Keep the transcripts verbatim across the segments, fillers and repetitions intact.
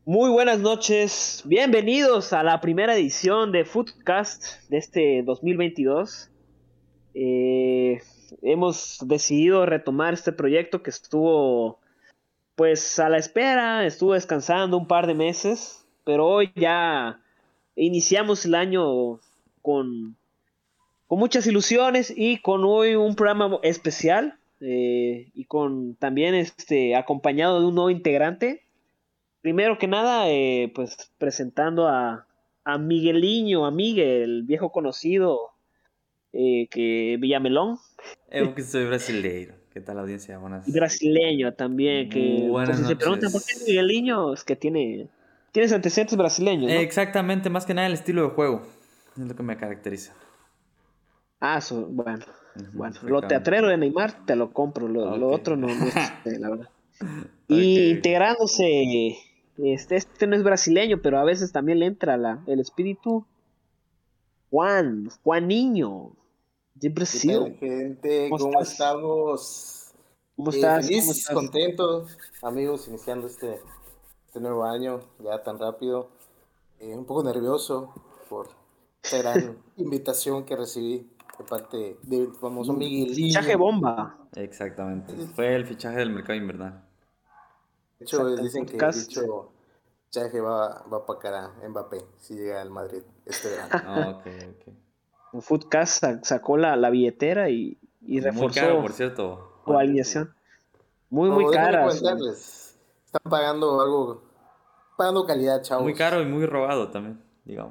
Muy buenas noches, bienvenidos a la primera edición de Footcast de este dos mil veintidós. Eh, Hemos decidido retomar este proyecto que estuvo pues a la espera, estuvo descansando un par de meses, pero hoy ya iniciamos el año con, con muchas ilusiones y con hoy un programa especial eh, y con también este acompañado de un nuevo integrante. Primero que nada, eh, pues presentando a, a Migueliño, a Miguel, viejo conocido, eh, que Villamelón, Eu que soy brasileiro. ¿Qué tal, audiencia? y Buenas, brasileño también, que por buenas si se preguntan por qué noches. Migueliño, es que tiene, tienes antecedentes brasileños, Eh, ¿no? Exactamente, más que nada el estilo de juego. Es lo que me caracteriza. Ah, so- bueno, Ujú, bueno, lo exactamente. teatrero de Neymar te lo compro, lo, lo Ok. otro no, no sé, la verdad. Ok, Y ok. integrándose, este, este no es brasileño, pero a veces también le entra la, el espíritu Juan, Juan Niño, de ¿Qué tal, Brasil. gente? ¿Cómo ¿Cómo estás? estamos? ¿Cómo Eh, estás? ¿Cómo feliz, estás? contento, amigos, iniciando este, este nuevo año ya tan rápido. Eh, un poco nervioso por esta gran invitación que recibí de parte del famoso Fichaje Migueliño. bomba. Exactamente. Fue el fichaje del mercado invernal. De hecho, Exacto, en dicen que podcast. dicho fichaje va, va para cara a Mbappé si llega al Madrid este verano. Ok, ok. En Foodcast sa- sacó la, la billetera y, y Muy caro, reforzó por cierto, su Juan. alineación. Muy, muy O déjame cara. Su- comentarles, están pagando algo, pagando calidad, Muy caro chavos. y muy robado también, digamos.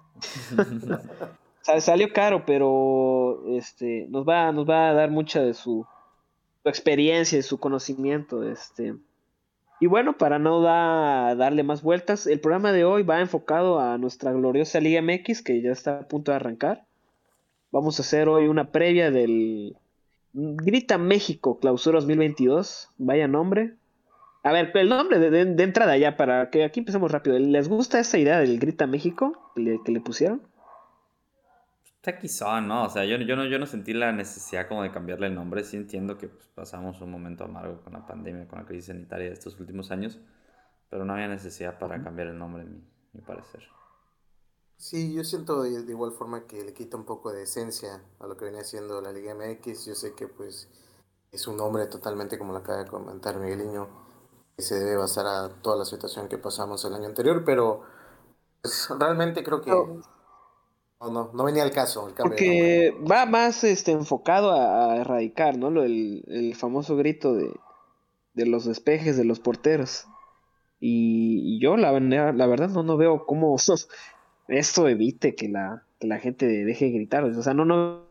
sa- Salió caro, pero este nos va, nos va a dar mucha de su, su experiencia y su conocimiento. Este. Y bueno, para no da- darle más vueltas, el programa de hoy va enfocado a nuestra gloriosa Liga M X, que ya está a punto de arrancar. Vamos a hacer hoy una previa del Grita México Clausura dos mil veintidós. Vaya nombre. A ver, el nombre de, de- de entrada ya, para que aquí empecemos rápido. ¿Les gusta esa idea del Grita México que le, que le pusieron? Está quizá, ¿no? O sea, yo, yo, no, yo no sentí la necesidad como de cambiarle el nombre. Sí entiendo que pues, pasamos un momento amargo con la pandemia, con la crisis sanitaria de estos últimos años, pero no había necesidad para cambiar el nombre, en mi, mi parecer. Sí, yo siento de, de igual forma que le quita un poco de esencia a lo que venía haciendo la Liga M X. Yo sé que pues es un nombre totalmente, como lo acaba de comentar Migueliño, que se debe basar a toda la situación que pasamos el año anterior, pero pues, realmente creo que No, no, no, no venía al caso el cambio de nombre. porque va más este, enfocado a, a erradicar, ¿no? Lo, el, el famoso grito de, de los despejes de los porteros. Y, y yo, la, verdad- la verdad, no, no veo cómo esto evite que la, que la gente deje de gritar. O sea, no, no.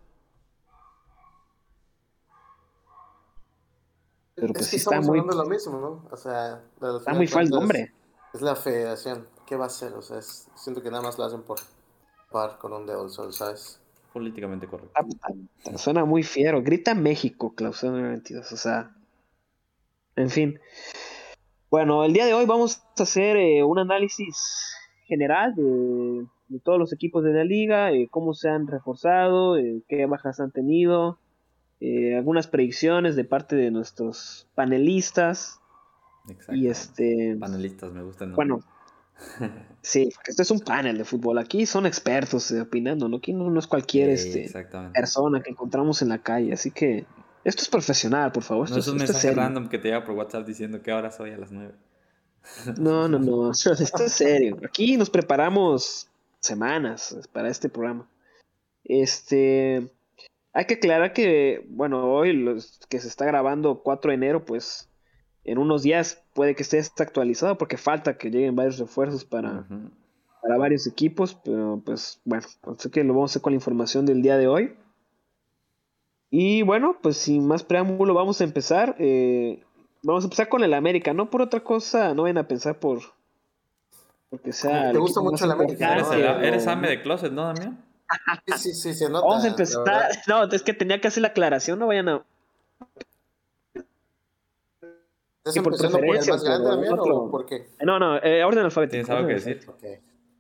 Pero Es pues que sí está estamos muy, hablando de lo mismo, ¿no? O sea, al está final muy de feo el cuentas nombre. es la federación. ¿Qué va a hacer? O sea, es- siento que nada más lo hacen por par con un dedo al sol, ¿sabes? Políticamente correcto. Está- está- suena muy fiero. Grita México, Clausura dos mil veintidós. O sea, en fin. Bueno, el día de hoy vamos a hacer eh, un análisis general de, de todos los equipos de la liga, eh, cómo se han reforzado, eh, qué bajas han tenido, eh, algunas predicciones de parte de nuestros panelistas. Y Exactamente. este, Panelistas, me gusta el nombre. bueno, sí, porque este es un panel de fútbol. Aquí son expertos eh, opinando, ¿no? Aquí no, no es cualquier Eh, este, exactamente. persona que encontramos en la calle. Así que esto es profesional, por favor. No Esto es es, un esto es mensaje serio. random que te llega por WhatsApp diciendo que ahora soy a las nueve. No, no, no. Esto es serio. Aquí nos preparamos semanas para este programa. Este, hay que aclarar que, bueno, hoy los que se está grabando cuatro de enero, pues en unos días puede que esté actualizado porque falta que lleguen varios refuerzos para, Ujú. para varios equipos, pero pues bueno, así que lo vamos a hacer con la información del día de hoy. Y bueno, pues sin más preámbulo, vamos a empezar. eh, vamos a empezar con el América, no por otra cosa, no vayan a pensar por porque Como que sea te el gusta equipo más mucho el América, ¿no, Eres, el, importante Damián? eres o ame no. de closet, ¿no, Damián? Sí, sí, sí, se Vamos a nota, la empezar. verdad. No, es que tenía que hacer la aclaración, no vayan a ¿Estás que por empezando por el preferencia o más grande, por algún Damián, o otro. por qué? No, no, eh, orden ¿Tienes alfabético, algo orden que decir? alfabético. Ok.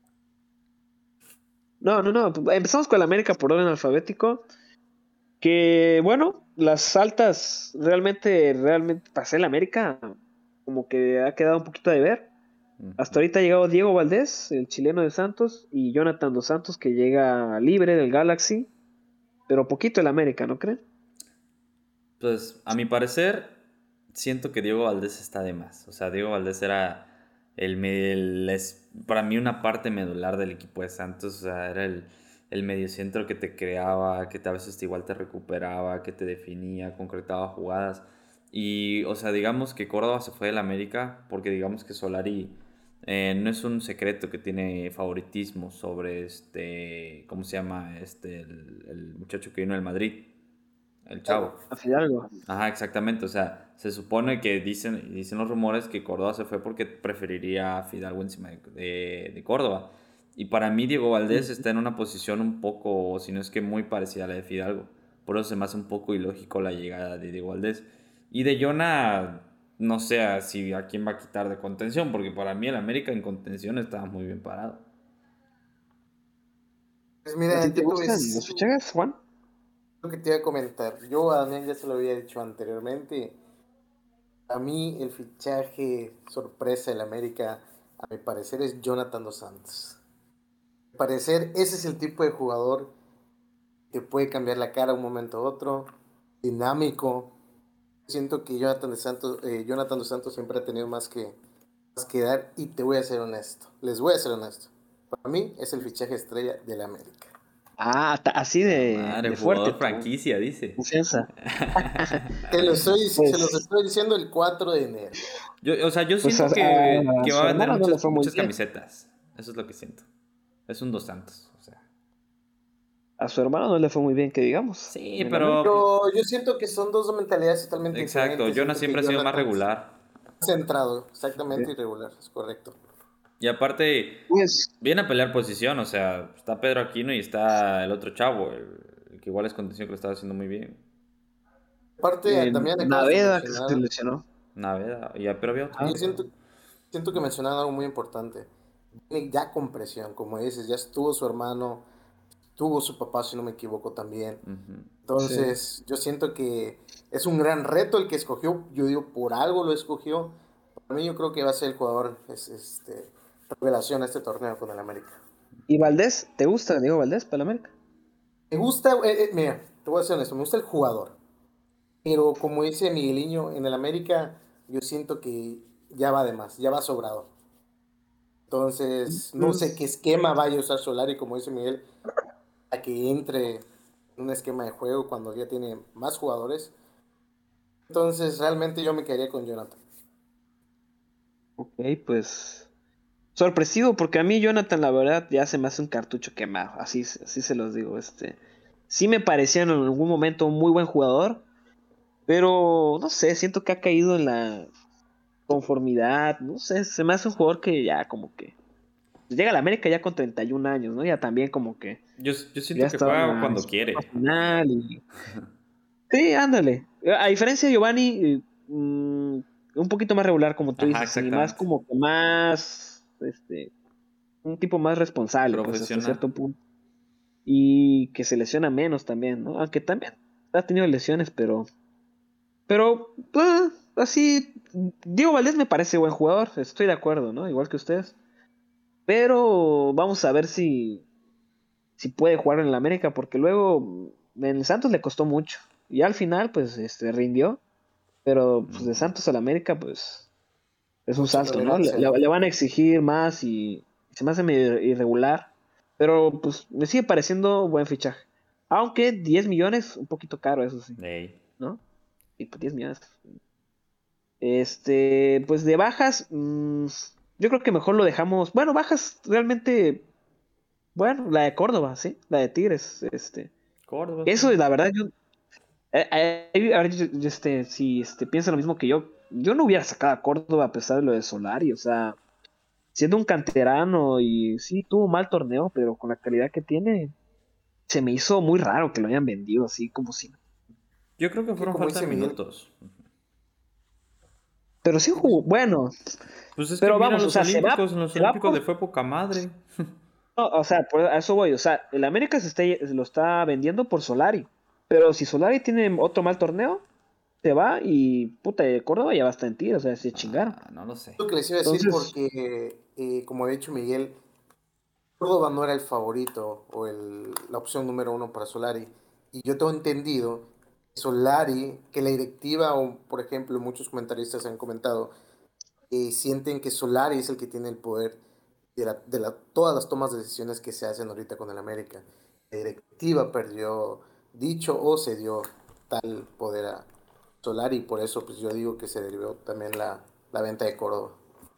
No, no, no, empezamos con el América por orden alfabético. Que bueno, las altas realmente, realmente pasé el América, como que ha quedado un poquito de ver. Hasta ahorita ha llegado Diego Valdés, el chileno de Santos, y Jonathan Dos Santos, que llega libre del Galaxy, pero poquito el América, ¿no creen? Pues, a mi parecer, siento que Diego Valdés está de más. O sea, Diego Valdés era el, el es, para mí una parte medular del equipo de Santos. O sea, era el, el mediocentro que te creaba, que te, a veces igual te recuperaba, que te definía, concretaba jugadas. Y, o sea, digamos que Córdoba se fue del América porque digamos que Solari eh, no es un secreto que tiene favoritismo sobre este, ¿cómo se llama? Este, el, el muchacho que vino del Madrid, el chavo. A Fidalgo. Ajá, exactamente. O sea, se supone que dicen, dicen los rumores que Córdoba se fue porque preferiría a Fidalgo encima de, de, de Córdoba. Y para mí Diego Valdés está en una posición un poco, si no es que muy parecida a la de Fidalgo. Por eso se me hace un poco ilógico la llegada de Diego Valdés. Y de Jonah, no sé si a quién va a quitar de contención, porque para mí el América en contención estaba muy bien parado. Pues ¿A mira, ti te yo gustan pues, los fichajes, Juan? lo que te iba a comentar. Yo a Damián ya se lo había dicho anteriormente. A mí el fichaje sorpresa del América, a mi parecer, es Jonathan Dos Santos. A mi parecer, ese es el tipo de jugador que puede cambiar la cara de un momento a otro, dinámico. Siento que Jonathan Dos Santos, eh, Jonathan Dos Santos siempre ha tenido más que, más que dar, y te voy a ser honesto. Les voy a ser honesto. Para mí es el fichaje estrella del América. Ah, ta- así La de, madre, de fuerte. jugador franquicia, dice. Confianza. Te lo estoy, Pues, se los estoy diciendo el cuatro de enero. Yo, o sea, yo pues a, siento que, a que su va a vender hermano no le muchas, fue muy muchas bien. camisetas. Eso es lo que siento. Es un Dos Santos, o sea. A su hermano no le fue muy bien, que digamos. Sí, en el pero... América. Yo, yo siento que son dos mentalidades totalmente Exacto, diferentes. Jonah Siento siempre que ha sido más Jonathan regular. es centrado, Sí. exactamente irregular, es correcto. Y aparte, Pues, viene a pelear posición, o sea, está Pedro Aquino y está el otro chavo, el, el que igual es condición que lo estaba haciendo muy bien. Aparte, eh, también acabas de Naveda, que se mencionar, lesionó. Naveda, ya, pero había otro. Ajá. yo siento, siento que mencionaron algo muy importante. Viene ya con presión, como dices, ya estuvo su hermano, tuvo su papá, si no me equivoco, también. Ujú. Sí. Entonces, yo siento que es un gran reto el que escogió. Yo digo, por algo lo escogió. Para mí, yo creo que va a ser el jugador es, este, revelación a este torneo con el América. ¿Y Valdés? ¿Te gusta Diego Valdés para el América? Me gusta, eh, eh, mira, te voy a ser honesto, me gusta el jugador. Pero como dice Migueliño, en el América, yo siento que ya va de más, ya va sobrado. Entonces, no sé qué Pues, esquema vaya a usar Solari, como dice Miguel, a que entre en un esquema de juego cuando ya tiene más jugadores. Entonces, realmente yo me quedaría con Jonathan. ok, pues. Sorpresivo, porque a mí Jonathan, la verdad, ya se me hace un cartucho quemado. Así, así se los digo. Este. Sí me parecía en algún momento un muy buen jugador. Pero, no sé, siento que ha caído en la conformidad. No sé, se me hace un jugador que ya como que. Llega a la América ya con treinta y un años, ¿no? Ya también como que. Yo, yo Ya siento que estaba en juega la cuando etapa quiere. final y... Sí, ándale. A diferencia de Giovanni, eh, mm, un poquito más regular, como tú Ajá, dices, y más exactamente. como que más, este, un tipo más responsable, pues hasta Profesional. cierto punto. Y que se lesiona menos también, ¿no? Aunque también ha tenido lesiones, pero, pero, ah, así, Diego Valdés me parece buen jugador, estoy de acuerdo, ¿no? Igual que ustedes. Pero vamos a ver si, si puede jugar en el América, porque luego en el Santos le costó mucho. Y al final, pues, este, rindió. Pero pues de Ujú. Santos al América, pues es un Mucha salto, ¿no? Le, tolerancia. le- le van a exigir más y se me hace medio irregular. Pero pues me sigue pareciendo buen fichaje. Aunque diez millones, un poquito caro, eso sí, Ey. ¿no? Y pues diez millones. Este, pues de bajas, mm, yo creo que mejor lo dejamos. Bueno, bajas realmente, bueno, la de Córdoba, sí, la de Tigres, este. Córdoba, Eso, sí. la verdad, yo Eh, eh, a ver, yo- yo, este, si este, piensa lo mismo que yo, yo no hubiera sacado a Córdoba a pesar de lo de Solari, o sea, siendo un canterano y sí, tuvo un mal torneo, pero con la calidad que tiene, se me hizo muy raro que lo hayan vendido así como si... Yo creo que Que fueron como falta de dice Miguel, minutos. Pero sí jugó, bueno, Pues es que pero mira vamos, o los sea, se va, Olímpicos, en los se va Olímpicos por... le fue poca madre. no, o sea, por- a eso voy, o sea, el América se está, lo está vendiendo por Solari, pero si Solari tiene otro mal torneo, se va y puta, Córdoba ya va a estar en ti, o sea, se chingaron. Ah, no lo sé. Lo que les iba a decir Entonces, porque, eh, como ha dicho Miguel, Córdoba no era el favorito o el, la opción número uno para Solari. Y yo tengo entendido que Solari, que la directiva o, por ejemplo, muchos comentaristas han comentado, eh, sienten que Solari es el que tiene el poder de, la, de la, todas las tomas de decisiones que se hacen ahorita con el América. La directiva perdió dicho o se dio tal poder a Solari y por eso pues yo digo que se derivó también la, la venta de Córdoba.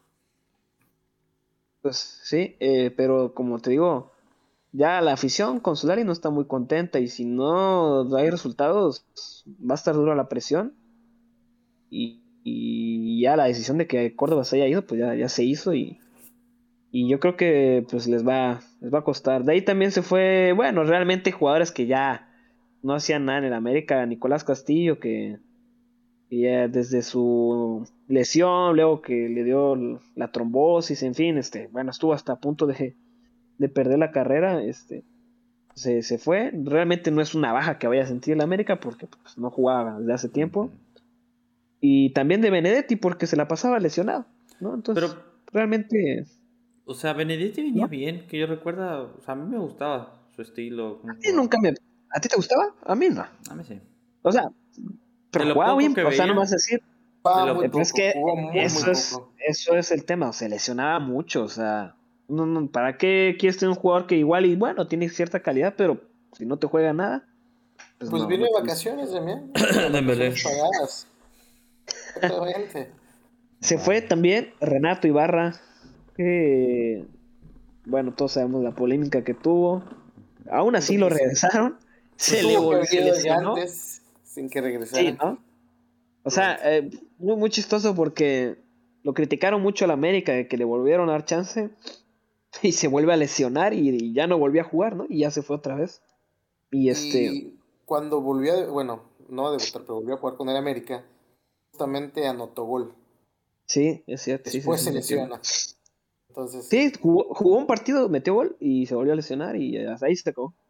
pues sí, eh, pero como te digo, ya la afición con Solari no está muy contenta y si no hay resultados, va a estar dura la presión y, y ya la decisión de que Córdoba se haya ido, pues ya, ya se hizo y, y yo creo que pues les va, les va a costar. De ahí también se fue, bueno, realmente jugadores que ya no hacían nada en el América, Nicolás Castillo, que, que ya desde su lesión, luego que le dio la trombosis, en fin, este, bueno, estuvo hasta a punto de, de perder la carrera, este, se, se fue. Realmente no es una baja que vaya a sentir el América porque pues, no jugaba desde hace tiempo. Ujú. Y también de Benedetti porque se la pasaba lesionado, ¿no? Pero, Entonces, realmente, o sea, Benedetti venía ¿no? bien, que yo recuerda, o sea, a mí me gustaba su estilo, A cómo mí jugaba. nunca me... ¿A ti te gustaba? A mí no. A mí sí. O sea, De pero lo jugaba poco bien, que o sea, no me vas veía, a decir. de Ah, muy Eh, lo... pero es poco, que jugó muy, muy eso es, poco. eso es el tema, se lesionaba mucho, o sea, no, no, ¿para qué quieres tener un jugador que igual y bueno, tiene cierta calidad, pero si no te juega nada, pues Pues no, vino no de tiene vacaciones sentido. también, vino de Dembélé. vacaciones pagadas, exactamente. Se Ah, fue también Renato Ibarra, que bueno, todos sabemos la polémica que tuvo. Aún así Siento lo que se, regresaron, se se le tuvo que vol- haber se ido desde lesionó, antes sin que sí, regresara. ¿no? O sea, Exactamente. eh, muy, muy chistoso porque lo criticaron mucho a la América de que le volvieron a dar chance y se vuelve a lesionar y, y ya no volvió a jugar, ¿no? Y ya se fue otra vez. Y este, Y cuando volvió, a, bueno, no a debutar, pero volvió a jugar con el América, justamente anotó gol. sí, es cierto, sí, sí, Después sí, se metió gol. lesiona. Entonces Sí, sí. jugó, jugó un partido, metió gol y se volvió a lesionar y hasta ahí se acabó.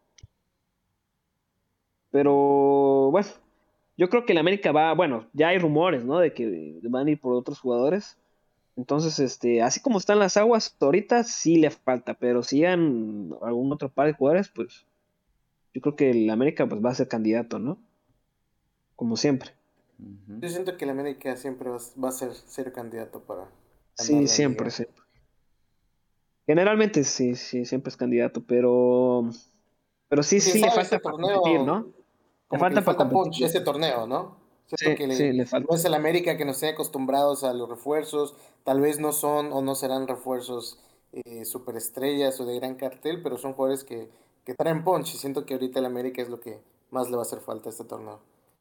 Pero bueno, yo creo que el América va, bueno, ya hay rumores, ¿no? De que van a ir por otros jugadores. Entonces, este, así como están las aguas ahorita, sí le falta, pero si llegan algún otro par de jugadores, pues yo creo que el América pues va a ser candidato, ¿no? Como siempre. ujú. Yo siento que el América siempre va, va a ser ser candidato para ganar Sí, la siempre, liga. sí. Generalmente sí, sí, siempre es candidato, pero, pero sí, Quién sí le sabe, este falta para competir, torneo, ¿no? Le como que le falta para falta punch competir. este torneo, ¿no? Siento Sí, que sí, le- le no falta. es el América que nos tiene acostumbrados a los refuerzos, tal vez no son o no serán refuerzos eh, superestrellas o de gran cartel, pero son jugadores que, que traen punch y siento que ahorita el América es lo que más le va a hacer falta a este torneo.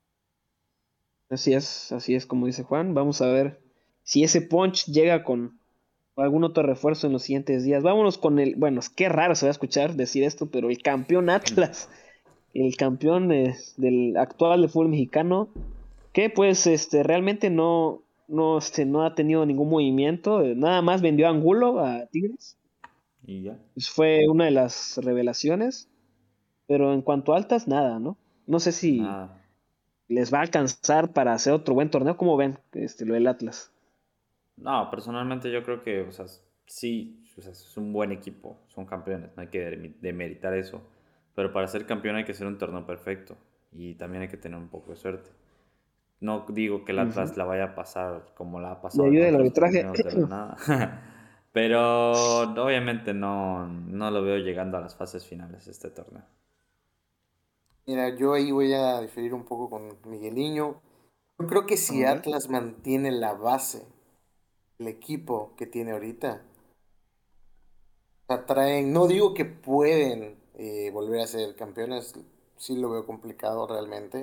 Así es, así es como dice Juan. Vamos a ver si ese punch llega con algún otro refuerzo en los siguientes días. Vámonos con el, bueno, es que raro se va a escuchar decir esto, pero el campeón Atlas, el campeón eh, del actual de fútbol mexicano, que pues este realmente no, no, este, no ha tenido ningún movimiento, eh, nada más vendió a Angulo a Tigres, Y ya. pues fue una de las revelaciones, pero en cuanto a altas, nada, ¿no? No sé si Nada. les va a alcanzar para hacer otro buen torneo, como ven, este, lo del Atlas. No, personalmente yo creo que, o sea, sí, o sea, es un buen equipo, son campeones, no hay que dermi- demeritar eso. Pero para ser campeón hay que ser un torneo perfecto y también hay que tener un poco de suerte. No digo que el Ujú. Atlas la vaya a pasar como la ha Y pasado en ayuda el otros arbitraje. torneos de la nada. Pero obviamente no, no lo veo llegando a las fases finales de este torneo. Mira, yo ahí voy a diferir un poco con Migueliño. Yo creo que A si ver. Atlas mantiene la base, el equipo que tiene ahorita, sea, traen, no digo que pueden eh, volver a ser campeones, sí lo veo complicado realmente,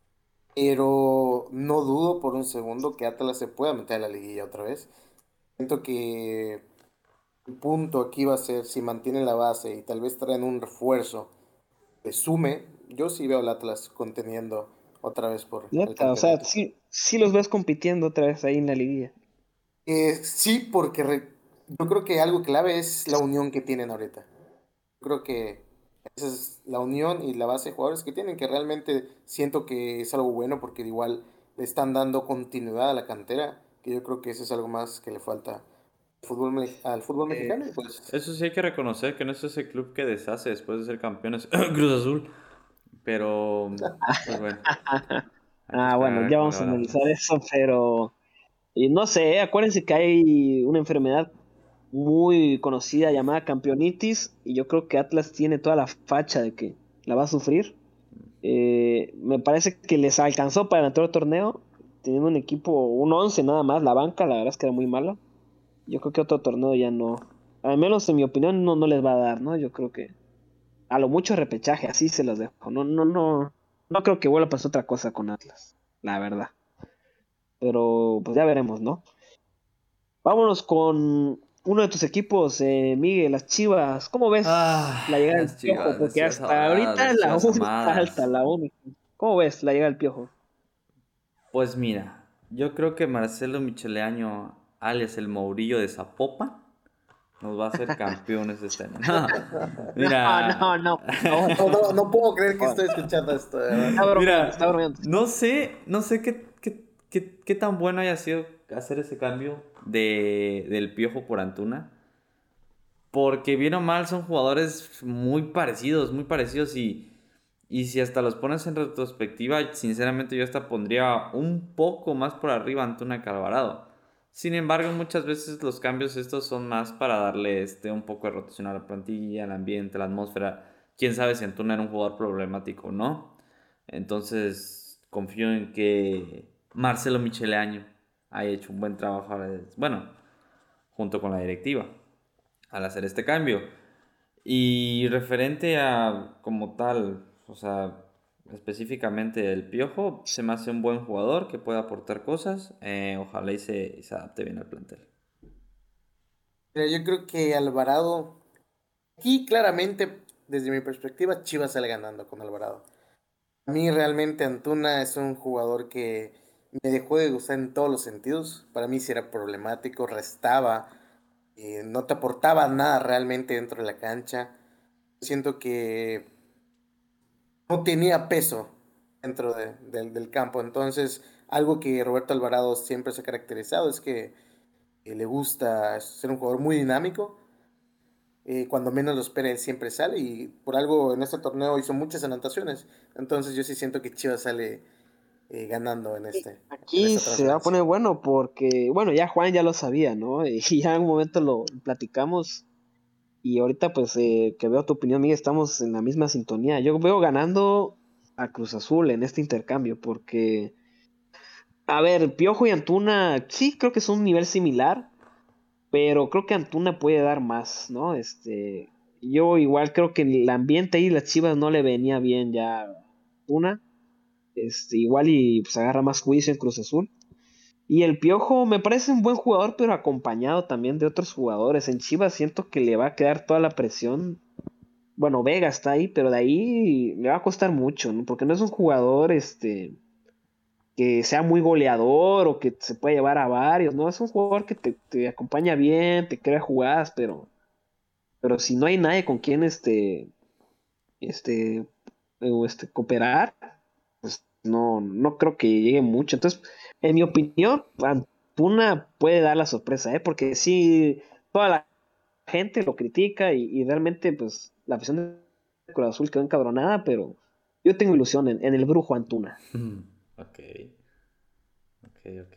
pero no dudo por un segundo que Atlas se pueda meter a la liguilla otra vez. Siento que el punto aquí va a ser si mantienen la base y tal vez traen un refuerzo que sume, yo sí veo al Atlas conteniendo otra vez por el Neta, o sea, campeonato. sí, sí los ves compitiendo otra vez ahí en la liguilla. Eh, sí, porque re- yo creo que algo clave es la unión que tienen ahorita. Creo que esa es la unión y la base de jugadores que tienen, que realmente siento que es algo bueno porque igual le están dando continuidad a la cantera, que yo creo que eso es algo más que le falta al fútbol, me- al fútbol Eh, mexicano. Y pues, eso sí hay que reconocer que no es ese club que deshace después de ser campeones. Cruz Azul. Pero, pues bueno, hay que Ah, esperar a bueno, ver ya cómo le vamos va a a la analizar Atlas. eso, pero y no sé, acuérdense que hay una enfermedad muy conocida llamada campeonitis y yo creo que Atlas tiene toda la facha de que la va a sufrir. Eh, me parece que les alcanzó para el anterior torneo, teniendo un equipo, un once nada más, la banca, la verdad es que era muy mala. Yo creo que otro torneo ya no, al menos en mi opinión, no, no les va a dar, ¿no? Yo creo que a lo mucho repechaje, así se los dejo. No, no, no, no creo que vuelva a pasar otra cosa con Atlas, la verdad. Pero pues ya veremos, ¿no? Vámonos con uno de tus equipos, eh, Miguel, las Chivas. ¿Cómo ves Ah, la llegada del las Piojo? chivas, las Porque chivas hasta adoradas, ahorita las la chivas única alta, amadas. la única. ¿Cómo ves la llegada del Piojo? Pues mira, yo creo que Marcelo Micheleaño, alias el Mourillo de Zapopan, nos va a hacer campeones este año. No, No, no, mira, no, por favor. no, no, no puedo creer que Por estoy favor. escuchando esto, de verdad. Está bromeando, está mira, bromeando. no sé, no sé qué, qué, qué, qué tan bueno haya sido hacer ese cambio de, del Piojo por Antuna. Porque bien o mal son jugadores muy parecidos, muy parecidos y, y si hasta los pones en retrospectiva, sinceramente yo hasta pondría un poco más por arriba a Antuna que Alvarado. Sin embargo, muchas veces los cambios estos son más para darle este, un poco de rotación a la plantilla, al ambiente, a la atmósfera. Quién sabe si Antuna era un jugador problemático o no. Entonces, confío en que Marcelo Micheleaño haya hecho un buen trabajo ahora, bueno, junto con la directiva al hacer este cambio. Y referente a como tal, o sea, específicamente el Piojo, se me hace un buen jugador que puede aportar cosas. Eh, ojalá y se, y se adapte bien al plantel. Mira, yo creo que Alvarado, aquí claramente, desde mi perspectiva, Chivas sale ganando con Alvarado. A mí realmente Antuna es un jugador que me dejó de gustar en todos los sentidos. Para mí sí era problemático, restaba, eh, no te aportaba nada realmente dentro de la cancha. Siento que no tenía peso dentro de- del del campo. Entonces, algo que Roberto Alvarado siempre se ha caracterizado es que eh, le gusta ser un jugador muy dinámico. Eh, cuando menos lo espera, él siempre sale y por algo en este torneo hizo muchas anotaciones. Entonces, yo sí siento que Chivas sale eh, ganando en este, en Aquí esta se va a transferencia. poner bueno porque, bueno, ya Juan ya lo sabía, ¿no? Y ya en un momento lo platicamos y ahorita pues eh, que veo tu opinión, Miguel, estamos en la misma sintonía. Yo veo ganando a Cruz Azul en este intercambio porque, a ver, Piojo y Antuna sí creo que son un nivel similar, pero creo que Antuna puede dar más, ¿no? Este, yo igual creo que el ambiente ahí de las Chivas no le venía bien ya a Antuna. Este, igual y pues agarra más juicio en Cruz Azul. Y el Piojo me parece un buen jugador, pero acompañado también de otros jugadores. En Chivas siento que le va a quedar toda la presión. Bueno, Vega está ahí, pero de ahí le va a costar mucho, ¿no? Porque no es un jugador este que sea muy goleador o que se pueda llevar a varios, ¿no? Es un jugador que te, te acompaña bien, te crea jugadas, pero, pero si no hay nadie con quien este, este, o este cooperar, pues no, no creo que llegue mucho. Entonces, en mi opinión, Antuna puede dar la sorpresa, ¿eh? Porque sí, toda la gente lo critica y, y realmente, pues, la afición de Cruz Azul quedó encabronada, pero yo tengo ilusión en, en el brujo Antuna. Ok, ok, ok.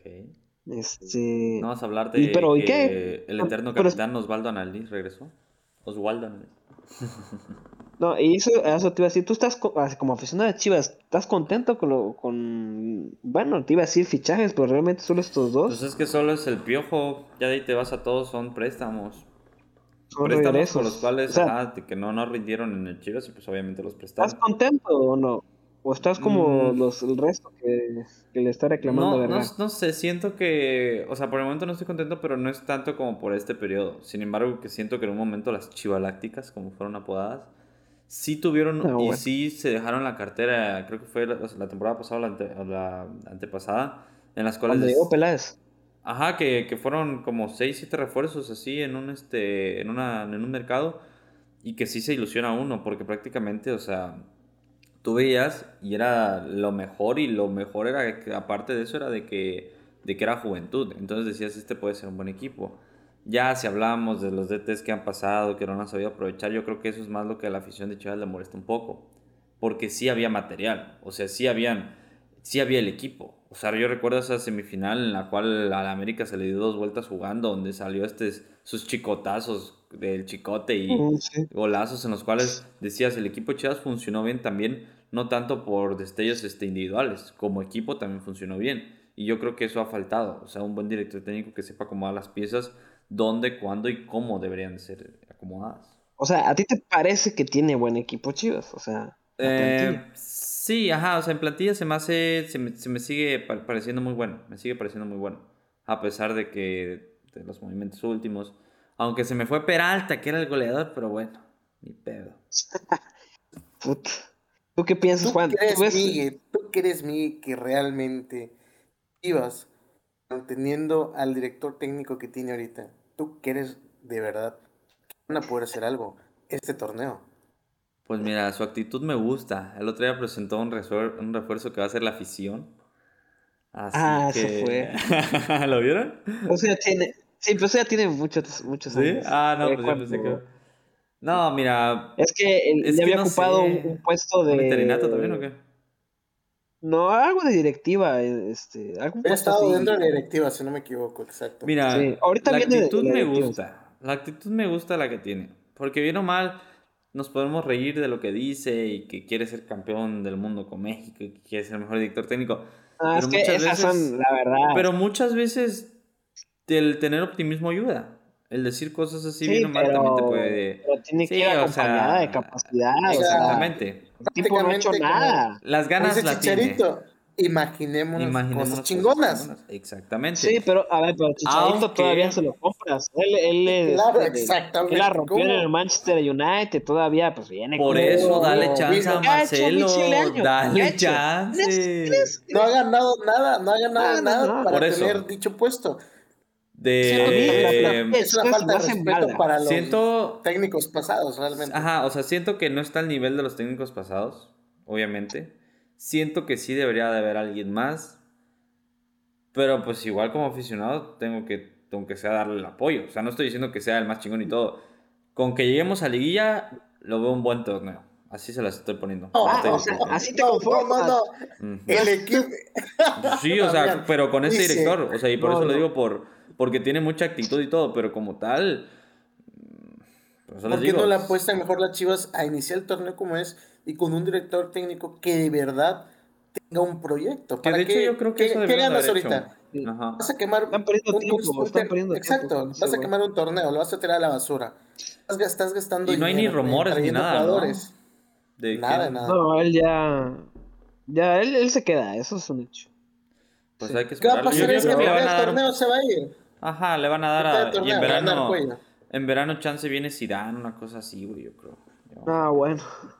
No Este, vas a hablar y de pero, ¿y qué? que el eterno Pero, es- capitán Osvaldo Analí regresó. Osvaldo Analí. no, y eso, eso te iba a decir, tú estás co- así como aficionado de Chivas, ¿estás contento con lo, con, bueno, te iba a decir fichajes, pero realmente solo estos Pues dos es que solo es el Piojo, ya de ahí te vas a todos, son préstamos. son Préstamos por los regresos. O cuales, sea, ajá, de que no, no rindieron en el Chivas y pues obviamente los ¿estás prestaron. contento o no? ¿O estás como Mm, los, el resto que, que le está reclamando a no, no, Vergara? no sé, siento que, o sea, por el momento no estoy contento, pero no es tanto como por este periodo. Sin embargo, que siento que en un momento las chivalácticas, como fueron apodadas, sí tuvieron No, y bueno. sí se dejaron la cartera, creo que fue la, o sea, la temporada pasada o la, ante- o la antepasada, en las Cuando llegó cuales, Peláez. ajá, que, que fueron como seis siete refuerzos así en un, este, en una, en un mercado y que sí se ilusiona uno, porque prácticamente, o sea, tú veías y era lo mejor, y lo mejor era que aparte de eso era de que, de que era juventud. Entonces decías, este puede ser un buen equipo. Ya si hablábamos de los D Ts que han pasado, que no han sabido aprovechar, yo creo que eso es más lo que a la afición de Chivas le molesta un poco. Porque sí había material, o sea, sí habían, sí había el equipo. O sea, yo recuerdo esa semifinal en la cual a la América se le dio dos vueltas jugando, donde salió este, sus chicotazos del Chicote y Mm, sí. golazos en los cuales decías, el equipo de Chivas funcionó bien también, no tanto por destellos este, individuales, como equipo también funcionó bien. Y yo creo que eso ha faltado, o sea, un buen director técnico que sepa acomodar las piezas, dónde, cuándo y cómo deberían ser acomodadas. O sea, ¿a ti te parece que tiene buen equipo Chivas? O sea, la Eh, plantilla. sí, ajá, o sea, en plantilla se me hace, se me, se me sigue pa- pareciendo muy bueno, me sigue pareciendo muy bueno, a pesar de que de los movimientos últimos, aunque se me fue Peralta, que era el goleador, pero bueno, ni pedo. Put. ¿Tú qué piensas, ¿Tú Juan? ¿Tú crees, ves? Miguel, tú crees, Miguel, que realmente Chivas, teniendo al director técnico que tiene ahorita, tú crees de verdad que van a poder hacer algo este torneo? Pues mira, su actitud me gusta. El otro día presentó un, refuer- un refuerzo que va a ser la afición, así Ah, se que... fue. ¿Lo vieron? O sea, tiene. Sí, pues ya tiene muchos, muchos ¿Sí? años. Ah, no, Fue pues yo pensé que... cuando. No, mira, Es que él es ya que había no ocupado un, un sé. puesto ¿Un interinato también o de. qué? No, algo de directiva, eh, este, algún Había puesto estado dentro de la así. directiva, si no me equivoco, exacto. Sí, Mira, ahorita la viene de, de actitud la me directiva. Sí. gusta. La actitud me gusta la que tiene. Porque bien o mal, nos podemos reír de lo que dice y que quiere ser campeón del mundo con México y que quiere ser el mejor director técnico. Ah, Pero es que muchas esas son, veces, la verdad. pero muchas veces el tener optimismo ayuda. El decir cosas así bien Sí, o mal también te pero, puede... pero tiene que ir Sí, o acompañada de sea, O capacidad. O sea, sea, exactamente. el tipo no ha hecho prácticamente como, nada. Las como ganas dice la tiene. Chicharito, imaginémonos cosas Imaginémonos cosas chingonas. chingonas. Exactamente. Sí, pero a ver, pero Chicharito todavía se Aunque, lo compras. Él, él, Sí, claro, este, él la exactamente. rompió en el ¿Cómo? Manchester United, todavía pues viene por como eso, dale Como, chance a mira, ¿qué ha hecho Michele Marcelo. Año? ¿Qué ha Dale hecho? ¿Quién es? ¿Quién chance. es? ¿Quién no ha es? ganado nada, no ha ganado No, no, nada no. Por para tener eso. dicho puesto. Siento A que mí también la es una, plantilla De... de es una Chivas se falta me de hace respeto mala. para los Siento... técnicos pasados, realmente. Ajá, o sea, siento que no está al nivel de los técnicos pasados, obviamente. Siento que sí debería de haber alguien más. Pero pues igual como aficionado tengo que, tengo que sea darle el apoyo. O sea, no estoy diciendo que sea el más chingón y todo. Con que lleguemos a liguilla, lo veo un buen torneo. Así se las estoy poniendo. No, Con Ah, este o no, sea, director no, técnico. así te no, no, no, conformas. no. No Ujú. El es- equipo, Sí, o sea, Damián, pero con este dice, director. O sea, y por no, eso lo no. digo por, porque tiene mucha actitud y todo. Pero como tal, por eso les ¿por qué no digo. le s- apuestan mejor las Chivas a iniciar el torneo como es y con un director técnico que de verdad tenga un proyecto? Que de ¿Para hecho yo qué, creo que eso qué, qué deberían de ganas haber hecho. ahorita? Sí. Ajá. Vas a quemar Están perdiendo un, un, tiempo, un están ter- perdiendo tiempo con exacto, ese vas a güey. quemar un torneo, lo vas a tirar a la basura. Estás, estás gastando Y no hay ni dinero en rumores ni trayendo nada, ¿no? jugadores. De Nada, de quién. nada. No, él ya. Ya, él, él se queda, eso es un hecho. Pues Sí. hay que ¿Qué va a esperarlo. Yo pasar creo es que que a le mitad van del a dar un... torneo se va a ir. Ajá, le van a dar Mitad del a... Y en torneo, le van a dar verano... cuello. En verano chance viene Zidane, una cosa así, güey, yo creo. Ya vamos a Ah, ver. bueno.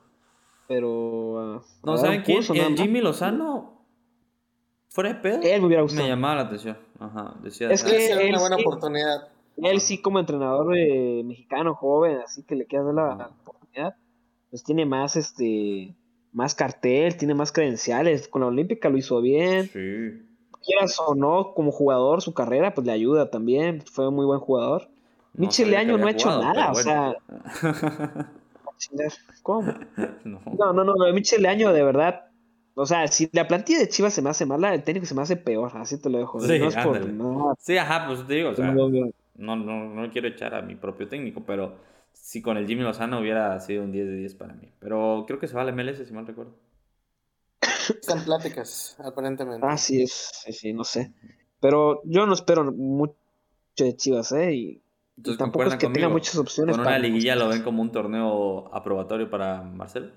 Pero ah, No, a dar ¿saben un quién? pulso nada El más. Jimmy Lozano, fuera de pedo, Él me hubiera me gustado. llamaba la atención. Ajá, decías, Es Puede ah, ser que él una buena sí, oportunidad. él ajá, sí como entrenador eh, mexicano joven, así que le queda dar la, ajá. la oportunidad, pues tiene más este más cartel, tiene más credenciales. Con la Olímpica lo hizo bien. Sí. Quieras o no, como jugador, su carrera, pues le ayuda también. Fue un muy buen jugador. No Michele sabía que Año no había ha hecho jugado, nada, pero o bueno. sea, chingar, ¿cómo? No. No, no, no, lo de Michele Año, de verdad. O sea, si la plantilla de Chivas se me hace mala, el técnico se me hace peor, así te lo dejo. Y no Sí, es por ándale. nada. Sí, ajá, pues te digo, o No, sea, no, no. no, no, no quiero echar a mi propio técnico, pero si con el Jimmy Lozano hubiera sido un diez de diez para mí. Pero creo que se va al M L S, si mal recuerdo. Están pláticas, aparentemente. Así es, sí, sí, no sé. Pero yo no espero mucho de Chivas, ¿eh? Y, y Entonces, tampoco es ¿concuerdan que tenga conmigo? muchas opciones ¿Con una para liguilla lo ven cosas. como un torneo aprobatorio para Marcelo?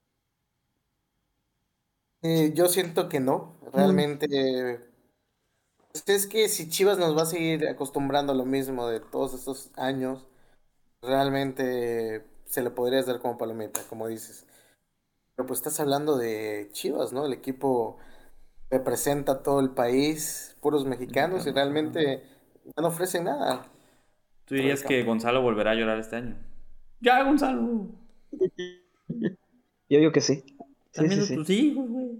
Eh, yo siento que no. Mm. Realmente, eh, pues es que si Chivas nos va a seguir acostumbrando a lo mismo de todos estos años, realmente se le podría dar como palomita, como dices. Pero pues estás hablando de Chivas, ¿no? El equipo representa a todo el país, puros mexicanos, y Mexicanos, ajá. realmente no ofrecen nada. ¿Tú Dentro del dirías que campo. Gonzalo volverá a llorar este año? ¡Ya, Gonzalo! Yo digo que sí. Están Sí, sí, viendo sí. tus hijos, güey.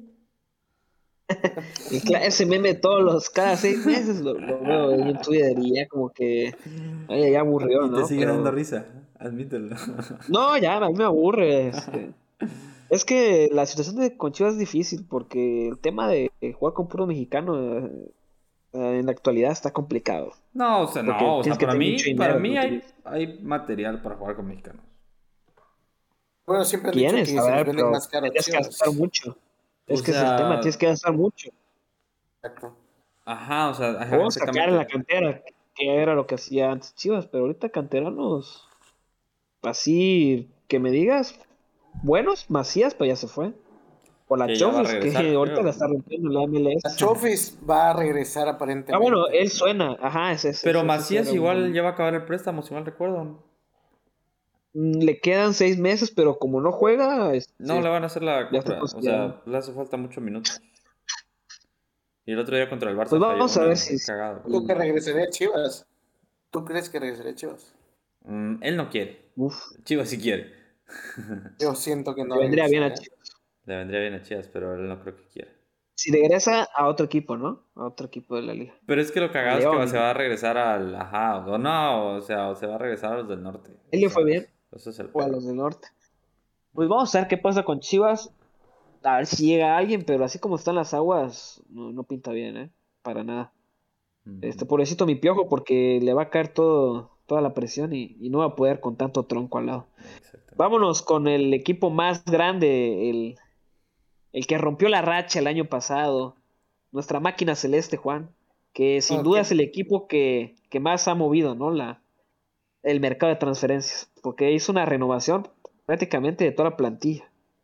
Y claro, ese meme todos los, cada seis meses lo, lo veo en Twitter y ya como que, oye, ya aburrió, Y te ¿no? sigue dando Pero, risa, admítelo. no, ya, a mí me aburre, este. Es que la situación de con Chivas es difícil porque el tema de jugar con puro mexicano eh, en la actualidad está complicado. No, o sea, Porque no, o sea, tienes que para tener mí, mucho para dinero, mí ¿no? hay, hay material para jugar con mexicanos. Bueno, siempre han dicho Tienes, que a se les ver, venden pero más caro a tienes que gastar Chivas. mucho. O Es que ese es el tema, tienes sea, que gastar mucho. Exacto. ajá, o sea, ajá, O sacar en la exactamente. cantera, que era lo que hacía antes Chivas, pero ahorita canteranos, así que me digas, buenos, Macías, pues ya se fue. O la Que ya va a Chofis, que regresar, ahorita la creo. está rompiendo en la M L La S. Chofis va a regresar Ah, bueno, aparentemente. él suena, ajá, ese, ese, Pero ese, ese Macías era un igual buen. ya va a acabar el préstamo, si mal recuerdo. Mm, Le quedan seis meses, pero como no juega, es- No sí, le van a hacer la ya está compra, o considerado. sea, le hace falta muchos minutos. Y el otro día contra el Pues Barça falló vamos a ver una, si. cagado. ¿Tú que si- regresaría a Chivas? ¿Tú crees que regresaría a Chivas? Mm, él no quiere. Uf, Chivas sí quiere. Yo siento que no le vendría bien a regresaría. Chivas. Le vendría bien a Chivas, pero él no creo que quiera. Si regresa a otro equipo, ¿no? A otro equipo de la liga. Pero es que lo A cagado es que va- se León. va a regresar al, ajá, o no, o sea, o se va a regresar a los del norte. Él O le fue sea, bien, eso es el o a pedo. los del norte. Pues vamos a ver qué pasa con Chivas. A ver si llega alguien, pero así como están las aguas, no, no pinta bien, ¿eh? Para nada. Este, Ujú. pobrecito mi piojo, porque le va a caer todo, toda la presión y, y no va a poder con tanto tronco al lado. Exactamente. Vámonos con el equipo más grande, el, el que rompió la racha el año pasado, nuestra máquina celeste, Juan, que sin Ok. duda es el equipo que, que más ha movido, ¿no? La, el mercado de transferencias, porque hizo una renovación prácticamente de toda la plantilla.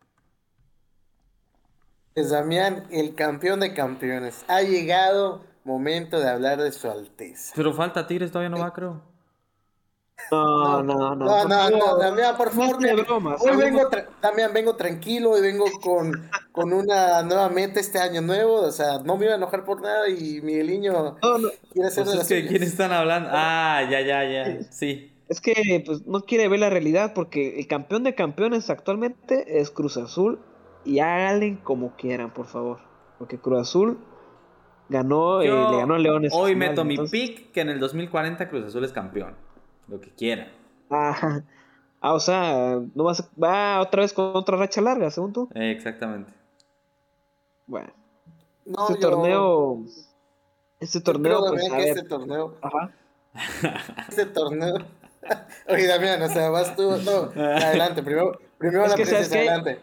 Pues Damián, el campeón de campeones. Ha llegado momento de hablar de su Alteza. Pero falta Tigres, todavía no va, creo. No, No, no, no, no, por no, no, favor, Damián, por favor, basta de mira, bromas, hoy hablemos. vengo, tra- Damián, vengo tranquilo, hoy vengo con, con una nueva meta este año nuevo, o sea, no me iba a enojar por nada y Migueliño No, no, quiere hacer Pues de es las que, ¿quién suyas. están hablando? Ah, ya, ya, ya. Sí. es que pues no quiere ver la realidad porque el campeón de campeones actualmente es Cruz Azul y háganle como quieran, por favor, porque Cruz Azul ganó, eh, le ganó a Yo León esa hoy final, meto mi entonces, pick que en el dos mil cuarenta Cruz Azul es campeón. Lo que quiera. ah, ah, o sea, no vas a- va otra vez con otra racha larga, según tú. Eh, exactamente. Bueno, No, este yo, torneo, este yo creo, torneo, pues Damián, a que ver, este torneo, ajá. este torneo, oye, Damián, o sea, vas tú, no, adelante, primero, primero Es la que, ¿sabes princesa, qué? adelante.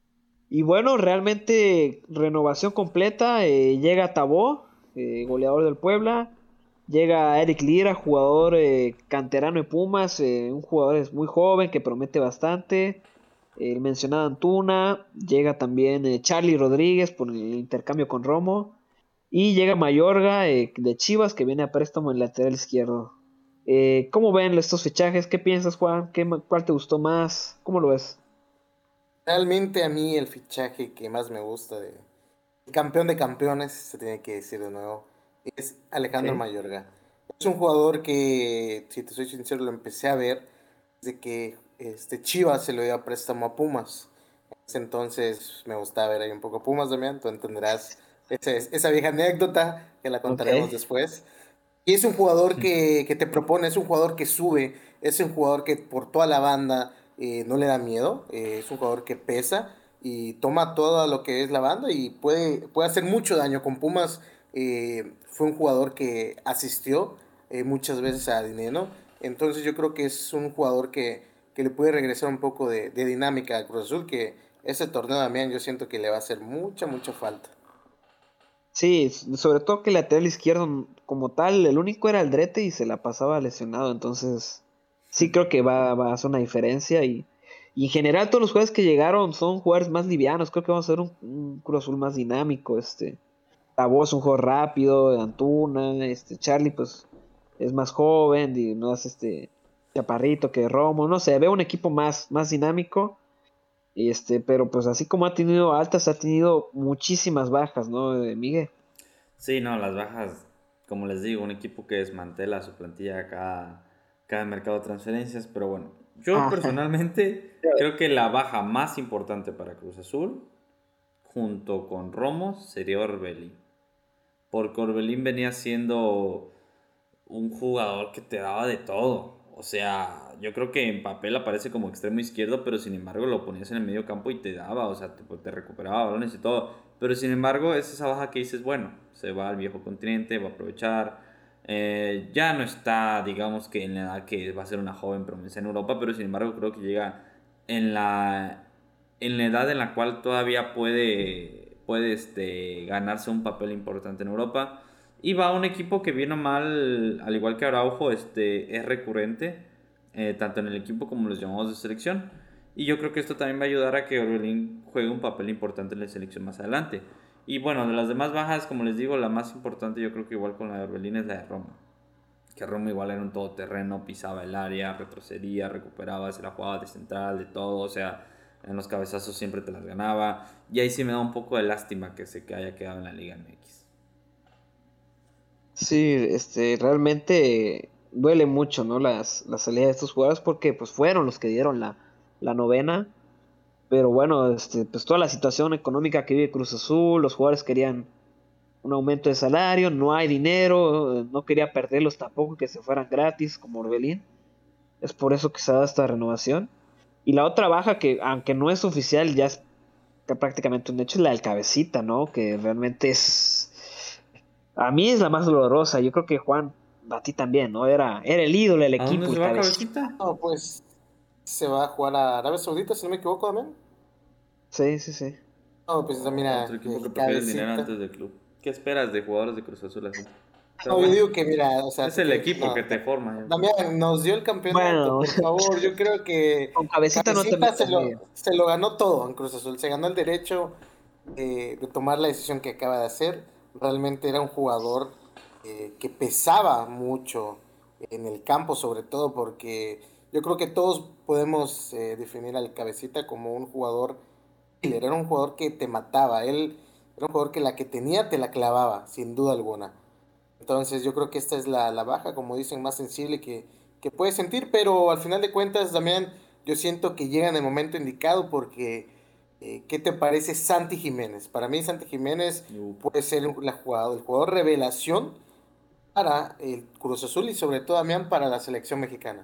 Y bueno, realmente renovación completa. eh, llega Tabó, eh, goleador del Puebla. Llega Eric Lira, jugador eh, canterano de Pumas, eh, un jugador es muy joven que promete bastante. El mencionado Antuna. Llega también eh, Charlie Rodríguez por el intercambio con Romo. Y llega Mayorga eh, de Chivas que viene a préstamo en lateral izquierdo. Eh, ¿Cómo ven estos fichajes? ¿Qué piensas, Juan? ¿Qué, ma- ¿Cuál te gustó más? ¿Cómo lo ves? Realmente a mí el fichaje que más me gusta de el campeón de campeones, se tiene que decir de nuevo, es Ok. Alejandro Mayorga. Es un jugador que, si te soy sincero, lo empecé a ver desde que este Chivas se lo dio a préstamo a Pumas. Entonces me gustaba ver ahí un poco Pumas también, tú entenderás esa, esa vieja anécdota que la Ok. contaremos después. Y es un jugador que, que te propone, es un jugador que sube, es un jugador que por toda la banda eh, no le da miedo, eh, es un jugador que pesa y toma todo lo que es la banda y puede, puede hacer mucho daño. Con Pumas eh, fue un jugador que asistió eh, muchas veces a Dineno, entonces yo creo que es un jugador que, que le puede regresar un poco de, de dinámica a Cruz Azul, que ese torneo también yo siento que le va a hacer mucha, mucha falta. Sí, s- sobre todo que el lateral izquierdo como tal, el único era Aldrete y se la pasaba lesionado, entonces sí creo que va, va a hacer una diferencia y, y en general todos los jugadores que llegaron son jugadores más livianos, creo que vamos a ver un, un Cruz Azul más dinámico, este, Tabó es un juego rápido, Antuna, este, Charlie pues es más joven y no es este chaparrito que Romo, no sé, veo un equipo más, más dinámico. Y este, pero pues así como ha tenido altas, ha tenido muchísimas bajas, ¿no, eh, Miguel? Sí, no, las bajas, como les digo, un equipo que desmantela su plantilla cada, cada mercado de transferencias, pero bueno, yo Ajá. personalmente creo que la baja más importante para Cruz Azul junto con Romo sería Orbelín. Porque Orbelín venía siendo un jugador que te daba de todo. O sea, yo creo que en papel aparece como extremo izquierdo, pero sin embargo lo ponías en el medio campo y te daba, o sea, te, te recuperaba balones y todo. Pero sin embargo es esa baja que dices, bueno, se va al viejo continente, va a aprovechar. Eh, ya no está, digamos que en la edad que va a ser una joven promesa en Europa, pero sin embargo creo que llega en la, en la edad en la cual todavía puede, puede este, ganarse un papel importante en Europa. Y va a un equipo que bien o mal, al igual que Araujo, este, es recurrente, eh, tanto en el equipo como en los llamados de selección. Y yo creo que esto también va a ayudar a que Orbelín juegue un papel importante en la selección más adelante. Y bueno, de las demás bajas, como les digo, la más importante yo creo que igual con la de Orbelín es la de Roma. Que Roma igual era un todoterreno, pisaba el área, retrocedía, recuperaba, se la jugaba de central, de todo, o sea, en los cabezazos siempre te las ganaba. Y ahí sí me da un poco de lástima que se que haya quedado en la Liga M X. Sí, este, realmente duele mucho, ¿no? Las, la salida de estos jugadores porque pues fueron los que dieron la, la novena. Pero bueno, este, pues toda la situación económica que vive Cruz Azul, los jugadores querían un aumento de salario, no hay dinero, eh, no quería perderlos tampoco, que se fueran gratis como Orbelín. Es por eso que se da esta renovación. Y la otra baja que, aunque no es oficial, ya es prácticamente un hecho, es la del Cabecita, ¿no? Que realmente es... A mí es la más dolorosa. Yo creo que Juan, a ti también, ¿no? Era, era el ídolo del ¿A dónde equipo, se el va Cabecita. Cabecita? No, pues se va a jugar a Arabia Saudita, si no me equivoco también. Sí, sí, sí. No, pues Oh, otro mira, equipo que el prefiere el dinero cabecita. antes del club. ¿Qué esperas de jugadores de Cruz Azul así? Pero No, yo bueno, digo que mira, o sea, es te el que equipo que no, te forma. ¿Eh? Damián nos dio el campeonato, Bueno, por favor. Yo creo que con Cabecita no te Cabecita se metas lo, medio. se lo ganó todo en Cruz Azul. Se ganó el derecho eh, de tomar la decisión que acaba de hacer. Realmente era un jugador eh, que pesaba mucho en el campo, sobre todo porque yo creo que todos podemos eh, definir al Cabecita como un jugador killer. Era un jugador que te mataba. Él era un jugador que la que tenía te la clavaba, sin duda alguna. Entonces yo creo que esta es la, la baja, como dicen, más sensible que, que puedes sentir, pero al final de cuentas, Damián, yo siento que llega en el momento indicado porque, eh, ¿qué te parece Santi Jiménez? Para mí Santi Jiménez Uh, puede ser un- la jugada, el jugador revelación para el Cruz Azul y sobre todo, Damián, para la selección mexicana.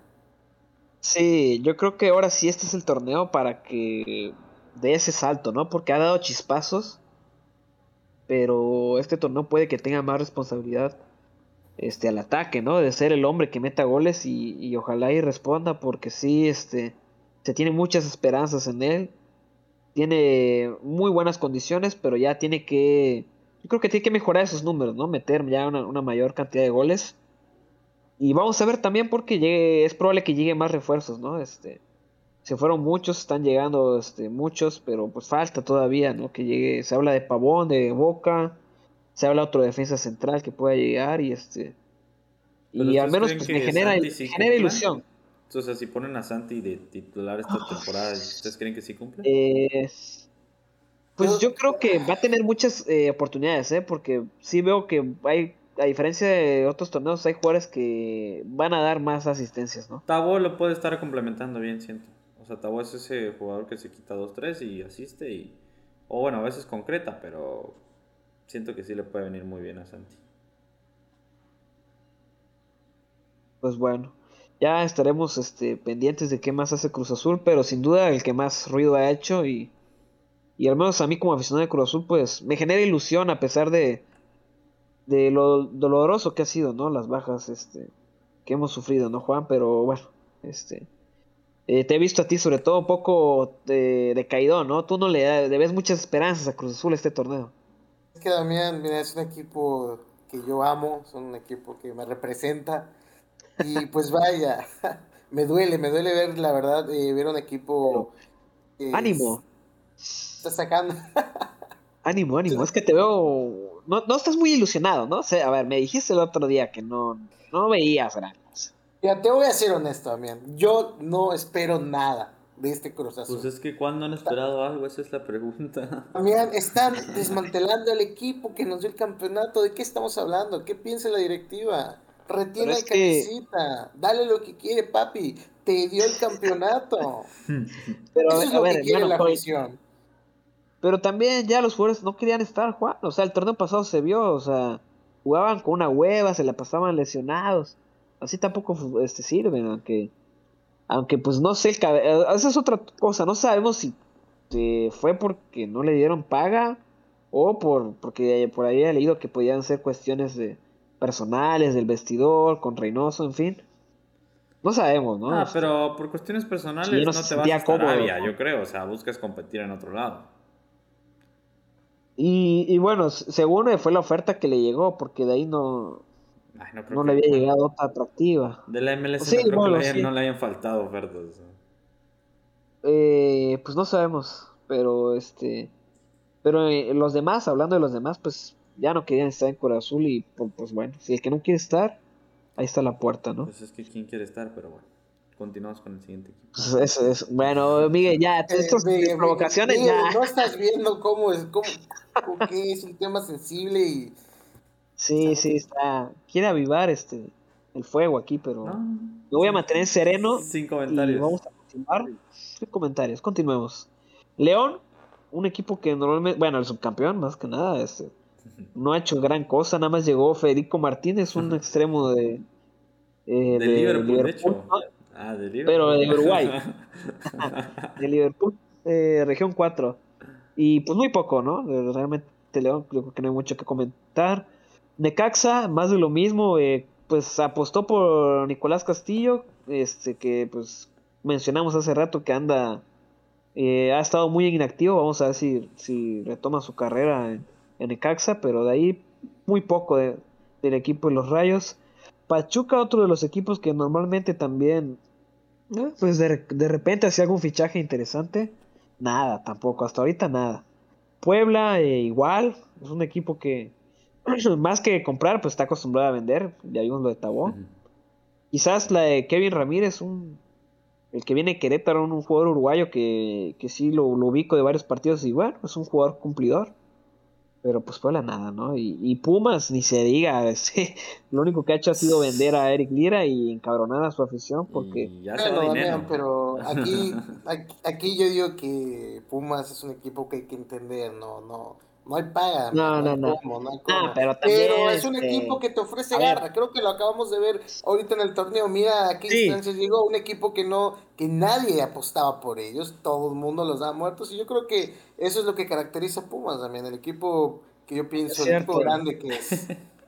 Sí, yo creo que ahora sí este es el torneo para que dé ese salto, ¿no? Porque ha dado chispazos, pero este torneo puede que tenga más responsabilidad este al ataque, ¿no? De ser el hombre que meta goles y, y ojalá y responda porque sí, este se tiene muchas esperanzas en él. Tiene muy buenas condiciones, pero ya tiene que yo creo que tiene que mejorar esos números, ¿no? Meter ya una, una mayor cantidad de goles. Y vamos a ver también porque llegue, es probable que lleguen más refuerzos, ¿no? Este se fueron muchos, están llegando este, muchos, pero pues falta todavía, ¿no? Que llegue, se habla de Pavón, de Boca, se habla otro defensa central que pueda llegar y este, ¿Pero y al ustedes menos creen pues me que genera, Santi me sí genera cumpla? ilusión. O sea, si ponen a Santi de titular esta temporada, ¿ustedes creen que sí cumple? Eh, pues Yo, yo creo que va a tener muchas eh, oportunidades, ¿eh? Porque sí veo que hay, a diferencia de otros torneos, hay jugadores que van a dar más asistencias, ¿no? Tabo lo puede estar complementando bien, siento. O sea, Tabo es ese jugador que se quita dos tres y asiste y... O bueno, a veces concreta, pero siento que sí le puede venir muy bien a Santi. Pues bueno, ya estaremos este, pendientes de qué más hace Cruz Azul, pero sin duda el que más ruido ha hecho y Y al menos a mí como aficionado de Cruz Azul, pues me genera ilusión a pesar de, de lo doloroso que ha sido, ¿no? Las bajas este, que hemos sufrido, ¿no, Juan? Pero bueno, este, eh, te he visto a ti sobre todo un poco de, decaído, ¿no? Tú no le, da- le ves muchas esperanzas a Cruz Azul este torneo. es que Damián, mira, es un equipo que yo amo, es un equipo que me representa. Y pues vaya, me duele, me duele ver, la verdad, eh, ver un Pero equipo que ánimo, es- está sacando. ánimo, ánimo. Es que te veo, no, no estás muy ilusionado, ¿no? O sea, a ver, me dijiste el otro día que no, no veías grandes. Mira, te voy a ser honesto, Damián. Yo no espero nada de este Cruz Pues Azul. es que cuando han esperado algo, esa es la pregunta. Damián, están desmantelando el equipo que nos dio el campeonato. ¿De qué estamos hablando? ¿Qué piensa la directiva? Pero Retiene es al que, cabecita. Dale lo que quiere, papi. Te dio el campeonato. pero a Eso ver, es a lo que ver, quiere bueno, la con, afición. Pero también ya los jugadores no querían estar jugando. O sea, el torneo pasado se vio, o sea, jugaban con una hueva, se la pasaban lesionados. Así tampoco este, sirven, aunque, aunque pues no sé, el cabe- eh, esa es otra cosa, no sabemos si eh, fue porque no le dieron paga o por porque por ahí he leído que podían ser cuestiones de personales, del vestidor, con Reynoso, en fin. No sabemos, ¿no? Ah, Este, pero por cuestiones si ya personales no no se te vas sentía hasta cómodo, Arabia, ¿no? yo creo. O sea, buscas competir en otro lado. Y, y bueno, s- según fue la oferta que le llegó, porque de ahí no, Ay, no creo no le que. había Bueno, llegado otra atractiva. de la O M L S sí, no creo que le bueno, hayan, no sí. le hayan faltado ofertas. O sea. Eh, pues no sabemos, pero este, pero eh, los demás, hablando de los demás, pues ya no querían estar en Cruz Azul y pu- pues bueno, si el que no quiere estar, ahí está la puerta, ¿no? Pues es que quién quiere estar, pero bueno. Continuamos con el siguiente equipo. Pues eso es, bueno, Miguel, ya, Eh, estas Miguel, Miguel, provocaciones ya, Miguel, no estás viendo cómo es, cómo, cómo que es un tema sensible y sí, sí, está, quiere avivar este, el fuego aquí, No, pero me voy a sin, mantener sereno sin y comentarios. vamos a continuar. Sin comentarios, continuemos. León, un equipo que normalmente, bueno, el subcampeón más que nada, este, no ha hecho gran cosa, nada más llegó Federico Martínez, un extremo de, eh, De de Liverpool, de Liverpool, hecho. ¿no? Ah, de Pero Liverpool. de Uruguay, de Liverpool, eh, región cuatro. Y pues muy poco, ¿no? Eh, Realmente León creo que no hay mucho que comentar. Necaxa, más de lo mismo, eh, pues apostó por Nicolás Castillo, este que pues mencionamos hace rato que anda, eh, ha estado muy inactivo, vamos a ver si, si retoma su carrera en, en Necaxa, pero de ahí muy poco de- del equipo de los Rayos. Pachuca, otro de los equipos que normalmente también, eh, pues de, de repente hacía algún fichaje interesante, nada, tampoco, hasta ahorita nada. Puebla, eh, igual, es un equipo que más que comprar, pues está acostumbrado a vender, ya vimos lo de Tabó. Quizás la de Kevin Ramírez, un, el que viene de Querétaro, un, un jugador uruguayo que, que sí lo, lo ubico de varios partidos y bueno, es un jugador cumplidor, pero pues fue la nada, ¿no? Y, y Pumas, ni se diga, sí, lo único que ha hecho ha sido vender a Eric Lira y encabronar a su afición porque... Y ya se va bueno, dinero. Damián, pero aquí, aquí, aquí yo digo que Pumas es un equipo que hay que entender, no, no, no hay paga, Damián, No, no no, hay no. cómo, no hay Ah, cómo. pero Pero también, es un equipo este... que te ofrece A ver, garra, creo que lo acabamos de ver ahorita en el torneo. Mira a qué sí, instancias llegó un equipo que no, que nadie apostaba por ellos, todo el mundo los da muertos, y yo creo que eso es lo que caracteriza a Pumas, Damián, el equipo que yo es pienso, el equipo cierto, grande que es.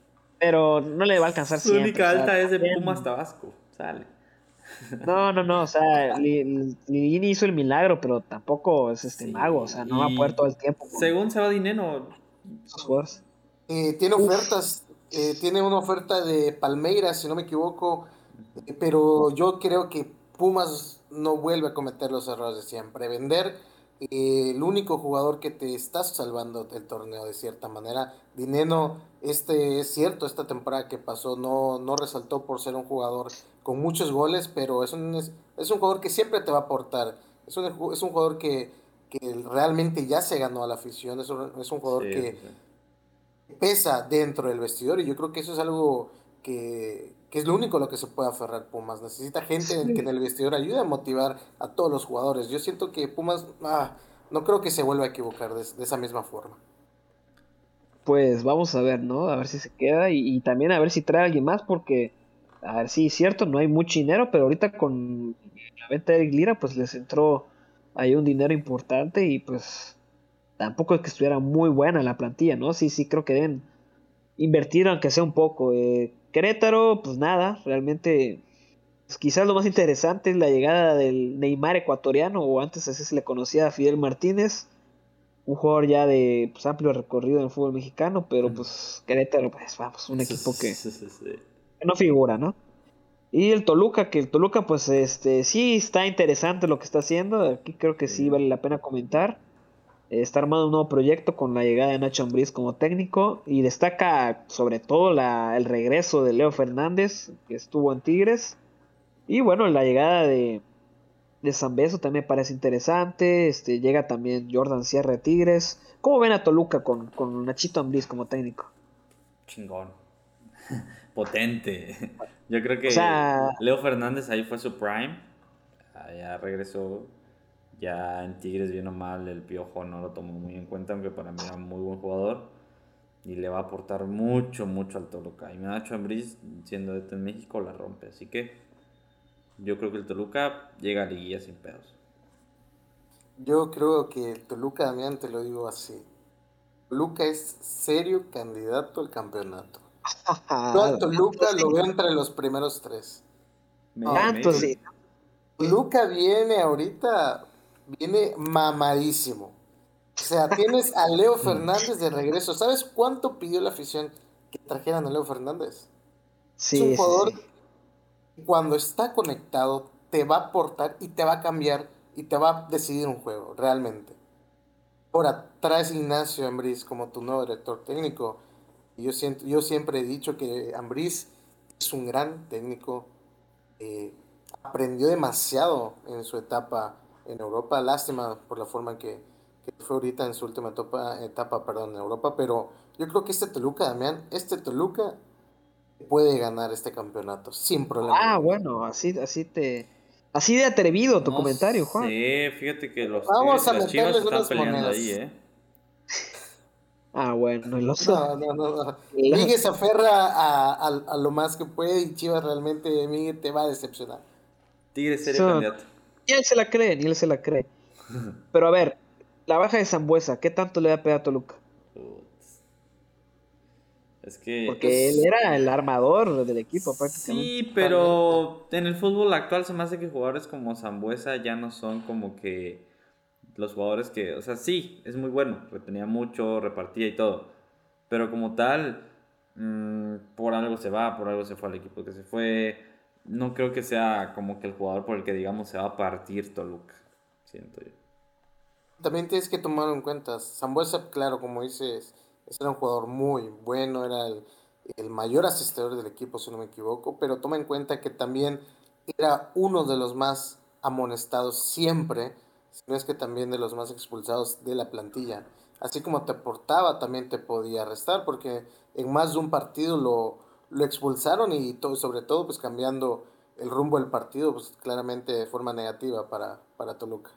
pero no le va a alcanzar Su siempre, o única sea, alta es de Pumas también... Tabasco. Sale. No, no, no, o sea, Li- Li- Lilini hizo el milagro, pero tampoco es este mago, o Sí. sea, no va a poder Y todo el tiempo con según se va dinero. sus jugadores. Eh, tiene Uf, ofertas, eh, tiene una oferta de Palmeiras, si no me equivoco, eh, pero yo creo que Pumas no vuelve a cometer los errores de siempre. Vender eh, el único jugador que te está salvando el torneo de cierta manera. Dineno, este es cierto, esta temporada que pasó no, no resaltó por ser un jugador con muchos goles, pero es un, es, es un jugador que siempre te va a aportar. Es un, es un jugador que, que realmente ya se ganó a la afición, es un, es un jugador Sí, sí, que sí. pesa dentro del vestidor y yo creo que eso es algo que, que es lo único a lo que se puede aferrar Pumas. Necesita gente en- que en sí. el vestidor ayude a motivar a todos los jugadores. Yo siento que Pumas ah, no creo que se vuelva a equivocar de, de esa misma forma. Pues vamos a ver, ¿no? A ver si se queda y, y también a ver si trae a alguien más, porque, a ver, sí, cierto, no hay mucho dinero, pero ahorita con la venta de Eric Lira, pues les entró ahí un dinero importante y pues tampoco es que estuviera muy buena la plantilla, ¿no? Sí, sí, creo que deben invertir aunque sea un poco. Eh, Querétaro, pues nada, realmente pues quizás lo más interesante es la llegada del Neymar ecuatoriano, o antes así se le conocía a Fidel Martínez, un jugador ya de pues, amplio recorrido en el fútbol mexicano, pero pues Querétaro, pues vamos, un Sí, equipo que, sí, sí, sí. que no figura, ¿no? Y el Toluca, que el Toluca, pues este sí está interesante lo que está haciendo, aquí creo que sí Sí. vale la pena comentar. Eh, Está armando un nuevo proyecto con la llegada de Nacho Ambriz como técnico y destaca sobre todo la, el regreso de Leo Fernández, que estuvo en Tigres. Y bueno, la llegada de, de Zambeso también me parece interesante. Este, llega también Jordan Sierra de Tigres. ¿Cómo ven a Toluca con, con Nachito Ambriz como técnico? Chingón. Potente. Yo creo O que sea, Leo Fernández ahí fue su prime. Ah, ya regresó. Ya en Tigres, bien o mal, el Piojo no lo tomó muy en cuenta, aunque para mí era un muy buen jugador. Y le va a aportar mucho, mucho al Toluca. Y Nacho Ambriz, siendo de en México, la rompe. Así que yo creo que el Toluca llega a liguilla sin pedos. Yo creo que el Toluca, Damián, te lo digo así. Toluca es serio candidato al campeonato. Yo al Tanto Toluca lo sí, veo entre los primeros tres. Maybe, No, tanto maybe. sí. Toluca viene ahorita, viene mamadísimo. O sea, tienes a Leo Fernández de regreso. ¿Sabes cuánto pidió la afición que trajeran a Leo Fernández? Es un Sí, sí, jugador sí. que cuando está conectado te va a aportar y te va a cambiar y te va a decidir un juego, realmente. Ahora, traes a Ignacio Ambriz como tu nuevo director técnico. Y yo, siento, yo siempre he dicho que Ambriz es un gran técnico. eh, Aprendió demasiado en su etapa en Europa. Lástima por la forma en que, que fue ahorita en su última etapa, etapa, perdón, en Europa. Pero yo creo que este Toluca, Damián, este Toluca puede ganar este campeonato sin problema Ah, alguno. bueno, así, así te. Así de atrevido tu No comentario, Juan. sé, fíjate que los Tigres Vamos y a las Chivas meterles están unas peleando ahí, monedas. ¿eh? Ah, bueno, el oso. No, no, no, no. el- Miguel se aferra a, a, a lo más que puede y Chivas realmente, Miguel, te va a decepcionar. Tigres serio Eso, candidato. ni él se la cree, ni él se la cree. Pero a ver, la baja de Zambuesa, ¿qué tanto le da a pegar a Toluca? Putz. Es que Porque él Pues, era el armador del equipo prácticamente. sí, totalmente. pero en el fútbol actual se me hace que jugadores como Sambuesa ya no son como que los jugadores que, o sea, sí, es muy bueno, retenía mucho, repartía y todo, pero como tal, mmm, por algo se va, por algo se fue al equipo que se fue, no creo que sea como que el jugador por el que digamos se va a partir Toluca, siento yo. También tienes que tomar en cuenta, Sambuesa, claro, como dices, era un jugador muy bueno, era el, el mayor asistidor del equipo, si no me equivoco, pero toma en cuenta que también era uno de los más amonestados siempre, si no es que también de los más expulsados de la plantilla. Así como te aportaba, también te podía arrestar, porque en más de un partido lo, lo expulsaron y to- sobre todo pues cambiando el rumbo del partido, pues claramente de forma negativa para, para Toluca.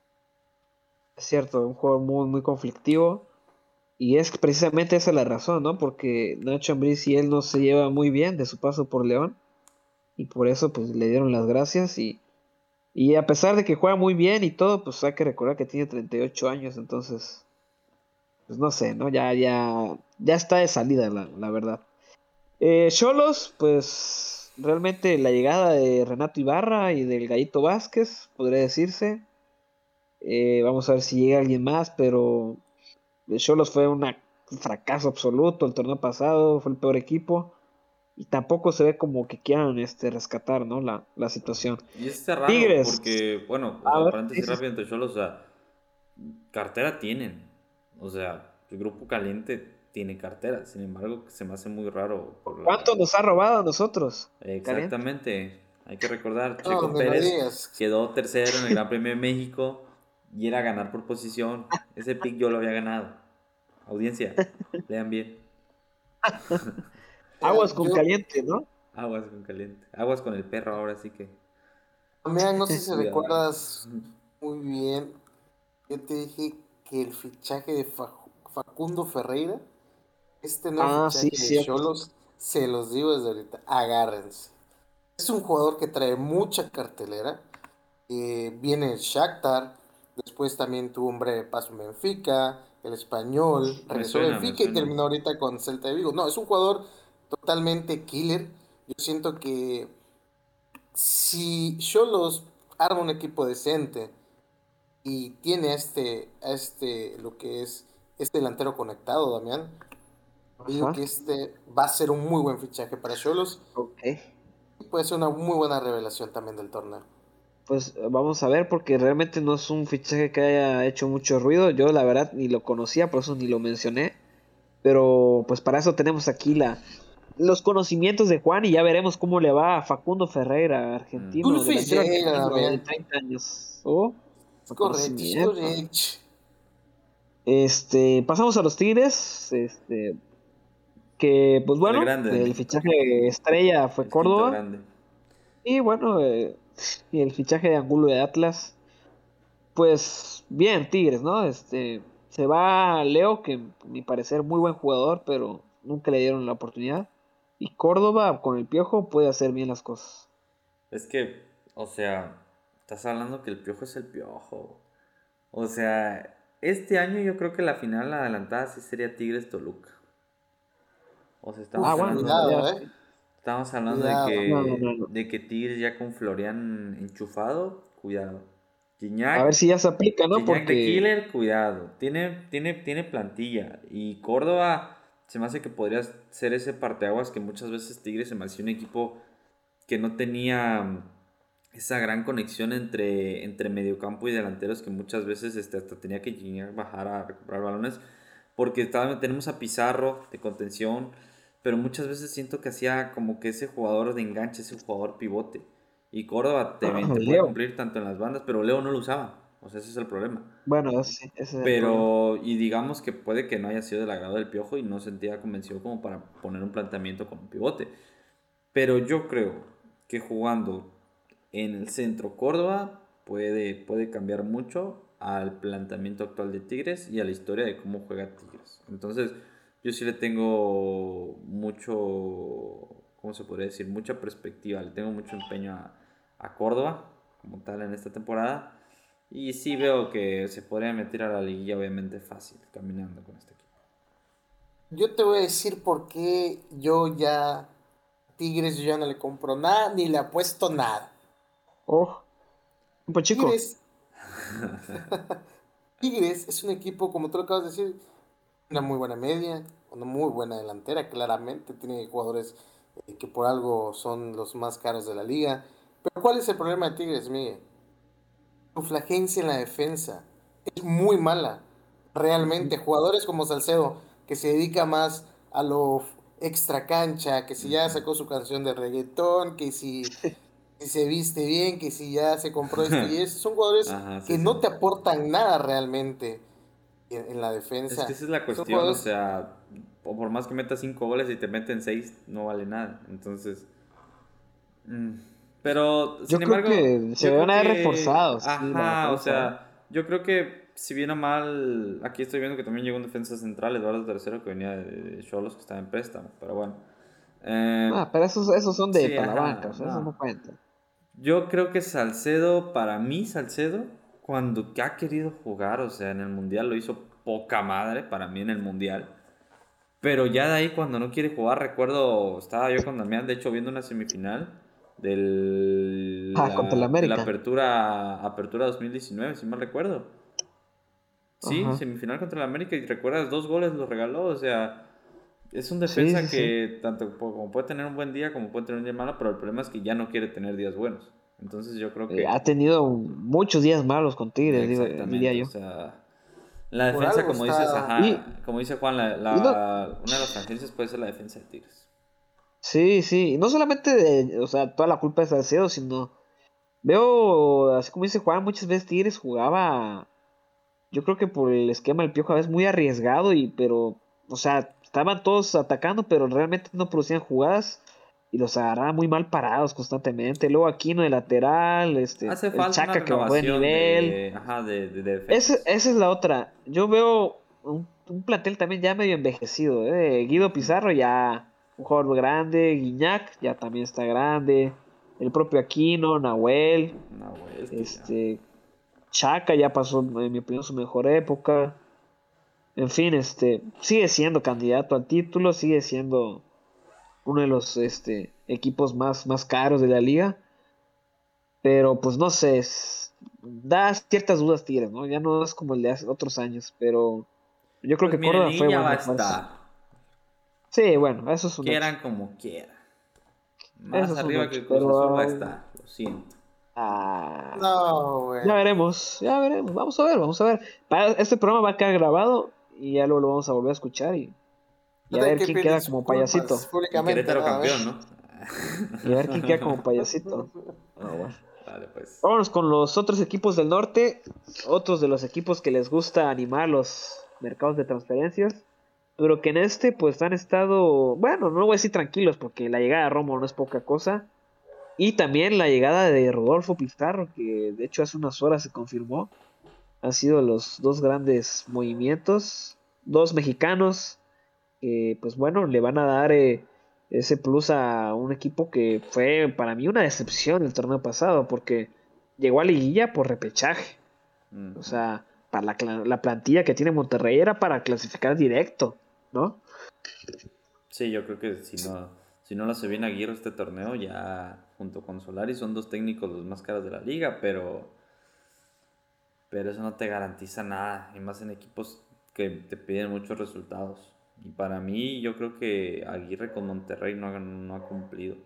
Es cierto, un jugador muy, muy conflictivo. Y es precisamente esa la razón, ¿no? Porque Nacho Ambriz y él no se llevan muy bien de su paso por León. Y por eso, pues, le dieron las gracias. Y, y a pesar de que juega muy bien y todo, pues hay que recordar que tiene treinta y ocho años. Entonces, pues no sé, ¿no? Ya, ya, ya está de salida, la, la verdad. Eh, Xolos, pues, realmente la llegada de Renato Ibarra y del Gallito Vázquez, podría decirse. Eh, vamos a ver si llega alguien más, pero Xolos fue una- un fracaso absoluto el torneo pasado, fue el peor equipo y tampoco se ve como que quieran este, rescatar, ¿no? la, la situación. Y es raro Tigres, porque, bueno, o a sea, ver, sí, paréntesis sí, sí. rápido entre Cholos, o sea, cartera tienen. O sea, el grupo caliente tiene cartera. Sin embargo, se me hace muy raro por la... ¿Cuánto nos ha robado a nosotros? Caliente. Exactamente. Hay que recordar, No, Checo ni lo Pérez digas. quedó tercero en el Gran Premio de México y era ganar por posición. Ese pick yo lo había ganado. Audiencia, lean bien. Mira, Aguas con yo, caliente, ¿no? Aguas con caliente. Aguas con el perro ahora sí que. también no sé si Cuidado. recuerdas muy bien, yo te dije que el fichaje de Fa- Facundo Ferreira, este nuevo Ah, sí, fichaje de cierto. Xolos, se los digo desde ahorita, agárrense. Es un jugador que trae mucha cartelera. Eh, viene el Shakhtar, después también tuvo un breve paso en Benfica, el Español, Me regresó a suena, me Benfica y suena. terminó ahorita con Celta de Vigo. No, es un jugador totalmente killer. Yo siento que si Xolos arma un equipo decente y tiene a este, a este, lo que es este delantero conectado, Damián, digo Ajá, que este va a ser un muy buen fichaje para Xolos ok. y puede ser una muy buena revelación también del torneo. Pues eh, vamos a ver porque realmente no es un fichaje que haya hecho mucho ruido. Yo la verdad ni lo conocía, por eso ni lo mencioné. Pero pues para eso tenemos aquí la, los conocimientos de Juan y ya veremos cómo le va a Facundo Ferreira, argentino, Tulfis delantero llega, argentino de Damián. treinta años. Oh, Es buen correcto, es conocimiento. correcto. Este, pasamos a los Tigres, este, que pues El bueno, grande de el México. fichaje estrella fue El quinto Córdoba grande. y bueno, eh, y el fichaje de Angulo de Atlas. pues bien, Tigres, ¿no? Este, se va Leo, que a mi parecer muy buen jugador, pero nunca le dieron la oportunidad. Y Córdoba con el Piojo puede hacer bien las cosas. Es que, o sea, estás hablando que el Piojo es el Piojo. O sea, este año yo creo que la final adelantada sí sería Tigres Toluca. O sea, Ah, estamos Uf, bueno, hablando, cuidado, ya. ¿eh? estamos hablando de Cuidado. No, no, que, no, no. de que Tigres ya con Florian enchufado, cuidado. A ver Gignac, si ya se aplica, ¿no? Gignac de Porque Killer, cuidado. Tiene, tiene, tiene plantilla. Y Córdoba se me hace que podría ser ese parteaguas que muchas veces Tigres se me hacía un equipo que no tenía esa gran conexión entre, entre mediocampo y delanteros que muchas veces este, hasta tenía que Gignac bajar a recuperar balones porque estaba, tenemos a Pizarro de contención, pero muchas veces siento que hacía como que ese jugador de enganche, ese jugador pivote. Y Córdoba te, te puede Leo. cumplir tanto en las bandas, pero Leo no lo usaba. O sea, ese es el problema. Bueno, ese, ese es el problema. Pero, y digamos que puede que no haya sido del agrado del Piojo y no sentía convencido como para poner un planteamiento con un pivote. Pero yo creo que jugando en el centro Córdoba puede, puede cambiar mucho al planteamiento actual de Tigres y a la historia de cómo juega Tigres. Entonces, yo sí le tengo mucho, ¿cómo se podría decir? Mucha perspectiva, le tengo mucho empeño a, a Córdoba como tal en esta temporada. Y sí veo que se podría meter a la liguilla obviamente fácil, caminando con este equipo. Yo te voy a decir por qué yo ya Tigres yo ya no le compro nada ni le apuesto nada. Oh, un Pachico. Tigres, Tigres es un equipo, como tú lo acabas de decir, una muy buena media, una muy buena delantera, claramente. Tiene jugadores eh, que por algo son los más caros de la liga. Pero ¿cuál es el problema de Tigres, Miguel? Su flagencia en la defensa es muy mala. Realmente, jugadores como Salcedo, que se dedica más a lo extra cancha, que si ya Ujú. sacó su canción de reggaetón, que si, si se viste bien, que si ya se compró esto y eso, son jugadores Ajá, sí, que sí. no te aportan nada realmente en, en la Es que defensa. esa es la Son cuestión, o jugadores, sea, o por más que metas cinco goles y te meten seis, no vale nada. Entonces, mm, pero sin Yo creo embargo, que se yo van creo a ver que, reforzados, sí, la ajá, o defensa, ¿eh? sea, yo creo que si bien o mal, aquí estoy viendo que también llegó un defensa central, Eduardo Tercero, que venía de Cholos, que estaba en préstamo, pero bueno. Eh, Ah, pero esos, esos son de sí, para la banca, ajá, o sea, esos no no. cuentan. Yo creo que Salcedo, para mí Salcedo, cuando que ha querido jugar, o sea, en el Mundial lo hizo poca madre, para mí en el Mundial. Pero ya de ahí cuando no quiere jugar, recuerdo, estaba yo con Damián, de hecho, viendo una semifinal del, Ah, contra el la, de la América. apertura, apertura dos mil diecinueve, si mal recuerdo. Sí, Ajá. semifinal contra el América y recuerdas, dos goles los regaló, o sea, es un Sí, defensa sí, sí. que tanto po- como puede tener un buen día como puede tener un día malo, pero el problema es que ya no quiere tener días buenos. Entonces yo creo Eh, ha que tenido muchos días malos con Tigres, digo, eh, diría exactamente, o yo. sea, la por defensa, algo como dices, está. Y, ajá, como dice Juan, la, y no, la- una de las franquicias puede ser la defensa de Tigres. sí, sí, y no solamente de, o sea, toda la culpa es de Salcedo, sino veo, así como dice Juan, muchas veces Tigres jugaba, yo creo que por el esquema del Piojo a veces muy arriesgado y, pero, o sea, estaban todos atacando, pero realmente no producían jugadas y los agarraban muy mal parados constantemente. Luego Aquino de lateral, este, Hace el falta una Chaca que bajó de renovación nivel. de, ajá, de, de, de Esa, defensas. esa es la otra. Yo veo un, un plantel también ya medio envejecido. ¿Eh? Guido Ujú. Pizarro ya un jugador grande. Guiñac ya también está grande. El propio Aquino, Nahuel. Una vuelta y ya. Este, Chaca ya pasó, en mi opinión, su mejor época. En fin, este, sigue siendo candidato al título. Sigue siendo uno de los este, equipos más, más caros de la liga. Pero pues no sé. Es- da ciertas dudas Tigres, ¿no? Ya no es como el de hace otros años. Pero yo creo Pues que miren, Córdoba fue liguilla buen va a refuerzo. estar. Sí, bueno, eso es un hecho. Quieran como quieran. Eso Más es un arriba que hecho. el Cruz Azul va a Pero estar. Lo siento. ah, No, ya güey. veremos, ya veremos. Vamos a ver, vamos a ver. Para- este programa va a quedar grabado y ya luego lo vamos a volver a escuchar y, y Yo a tengo ver que quién pedir queda como disculpas payasito. Y públicamente, Querétaro nada campeón, más. ¿no? Y a ver quién queda como payasito. Ah, bueno. Vale, pues. Vámonos con los otros equipos del norte. Otros de los equipos que les gusta animar los mercados de transferencias. Pero que en este pues han estado, bueno, no voy a decir tranquilos porque la llegada de Romo no es poca cosa. Y también la llegada de Rodolfo Pizarro, que de hecho hace unas horas se confirmó. Han sido los dos grandes movimientos, dos mexicanos que pues bueno, le van a dar eh, ese plus a un equipo que fue para mí una decepción el torneo pasado, porque llegó a liguilla por repechaje. Uh-huh. O sea, para la, la plantilla que tiene Monterrey era para clasificar directo, ¿no? Sí, yo creo que si no, si no lo hace bien Aguirre este torneo, ya junto con Solari son dos técnicos los más caros de la liga, pero, pero eso no te garantiza nada, y más en equipos que te piden muchos resultados. Y para mí, yo creo que Aguirre con Monterrey no, no ha cumplido.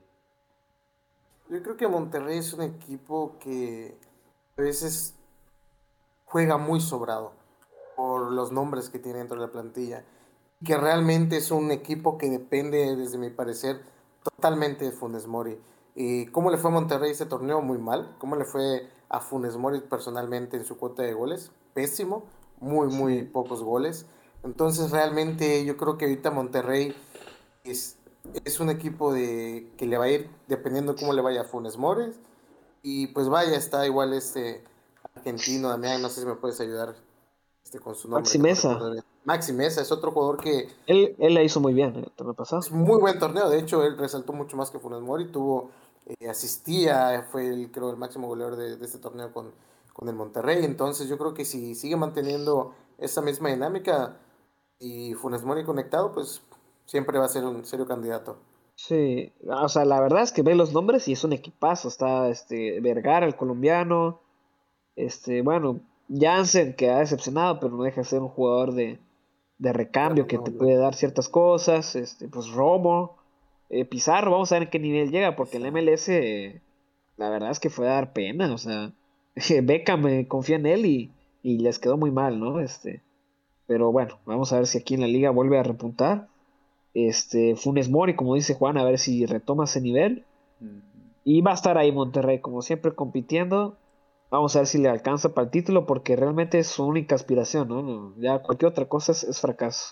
Yo creo que Monterrey es un equipo que a veces juega muy sobrado por los nombres que tiene dentro de la plantilla. Que realmente es un equipo que depende, desde mi parecer, totalmente de Funes Mori. ¿Y cómo le fue a Monterrey ese torneo? Muy mal. ¿Cómo le fue a Funes Mori personalmente en su cuota de goles? Pésimo. Muy, muy Sí. pocos goles. Entonces realmente yo creo que ahorita Monterrey es, es un equipo de, que le va a ir dependiendo cómo le vaya a Funes Mori. Y pues vaya, está igual este argentino, Damián, no sé si me puedes ayudar este, con su nombre, Maxi que no Mesa, recuerdo bien. Maxi Mesa es otro jugador que él, él la hizo muy bien el torneo es pasado. muy buen torneo. De hecho, él resaltó mucho más que Funes Mori. Tuvo, eh, asistía, fue el, creo, el máximo goleador de, de este torneo con, con el Monterrey. Entonces, yo creo que si sigue manteniendo esa misma dinámica y Funes Mori conectado, pues siempre va a ser un serio candidato. Sí, o sea, la verdad es que ve los nombres y es un equipazo. Está este Vergara, el colombiano, este, bueno, Jansen, que ha decepcionado, pero no deja de ser un jugador de, de recambio que te Renombre. puede dar ciertas cosas. Este, pues Romo, eh, Pizarro, vamos a ver en qué nivel llega, porque en la M L S, eh, la verdad es que fue a dar pena. O sea, Beckham eh, confía en él y, y les quedó muy mal, ¿no? Este, pero bueno, vamos a ver si aquí en la liga vuelve a repuntar. Este, Funes Mori, como dice Juan, a ver si retoma ese nivel. Uh-huh. Y va a estar ahí Monterrey, como siempre, compitiendo. Vamos a ver si le alcanza para el título, porque realmente es su única aspiración, ¿no? No, ya cualquier otra cosa es, es fracaso.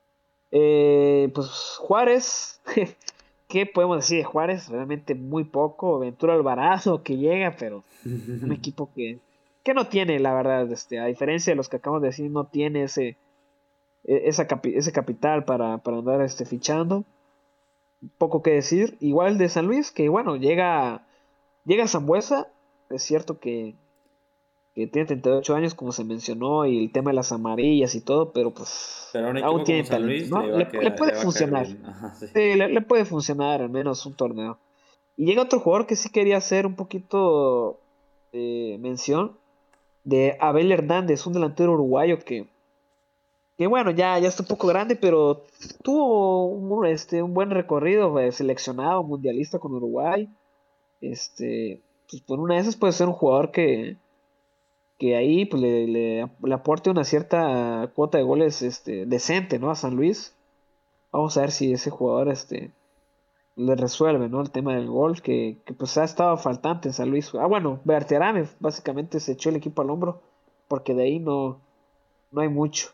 Eh, pues Juárez, ¿qué podemos decir de Juárez? Realmente muy poco. Ventura Alvarado que llega, pero un equipo que, que no tiene, la verdad, este, a diferencia de los que acabamos de decir, no tiene ese, e- esa capi- ese capital para, para andar este, fichando. Poco que decir. Igual de San Luis, que bueno, llega, llega a Zambuesa. Es cierto que, que tiene treinta y ocho años, como se mencionó, y el tema de las amarillas y todo, pero pues Pero a un aún equipo como tiene San talento, Luis ¿no? le va a Le, le quedar, puede le va a caer funcionar. bien. Ajá, sí. Sí, le, le puede funcionar al menos un torneo. Y llega otro jugador que sí quería hacer un poquito eh, mención de Abel Hernández, un delantero uruguayo que, que bueno, ya, ya está un poco grande, pero tuvo un, este, un buen recorrido, eh, seleccionado, mundialista con Uruguay. Este, pues por una de esas puede ser un jugador que, que ahí pues, le, le, le aporte una cierta cuota de goles este, decente, ¿no? A San Luis. Vamos a ver si ese jugador este, le resuelve, ¿no? El tema del gol, que, que pues ha estado faltante en San Luis. Ah, bueno, Berterame básicamente se echó el equipo al hombro, porque de ahí no, no hay mucho.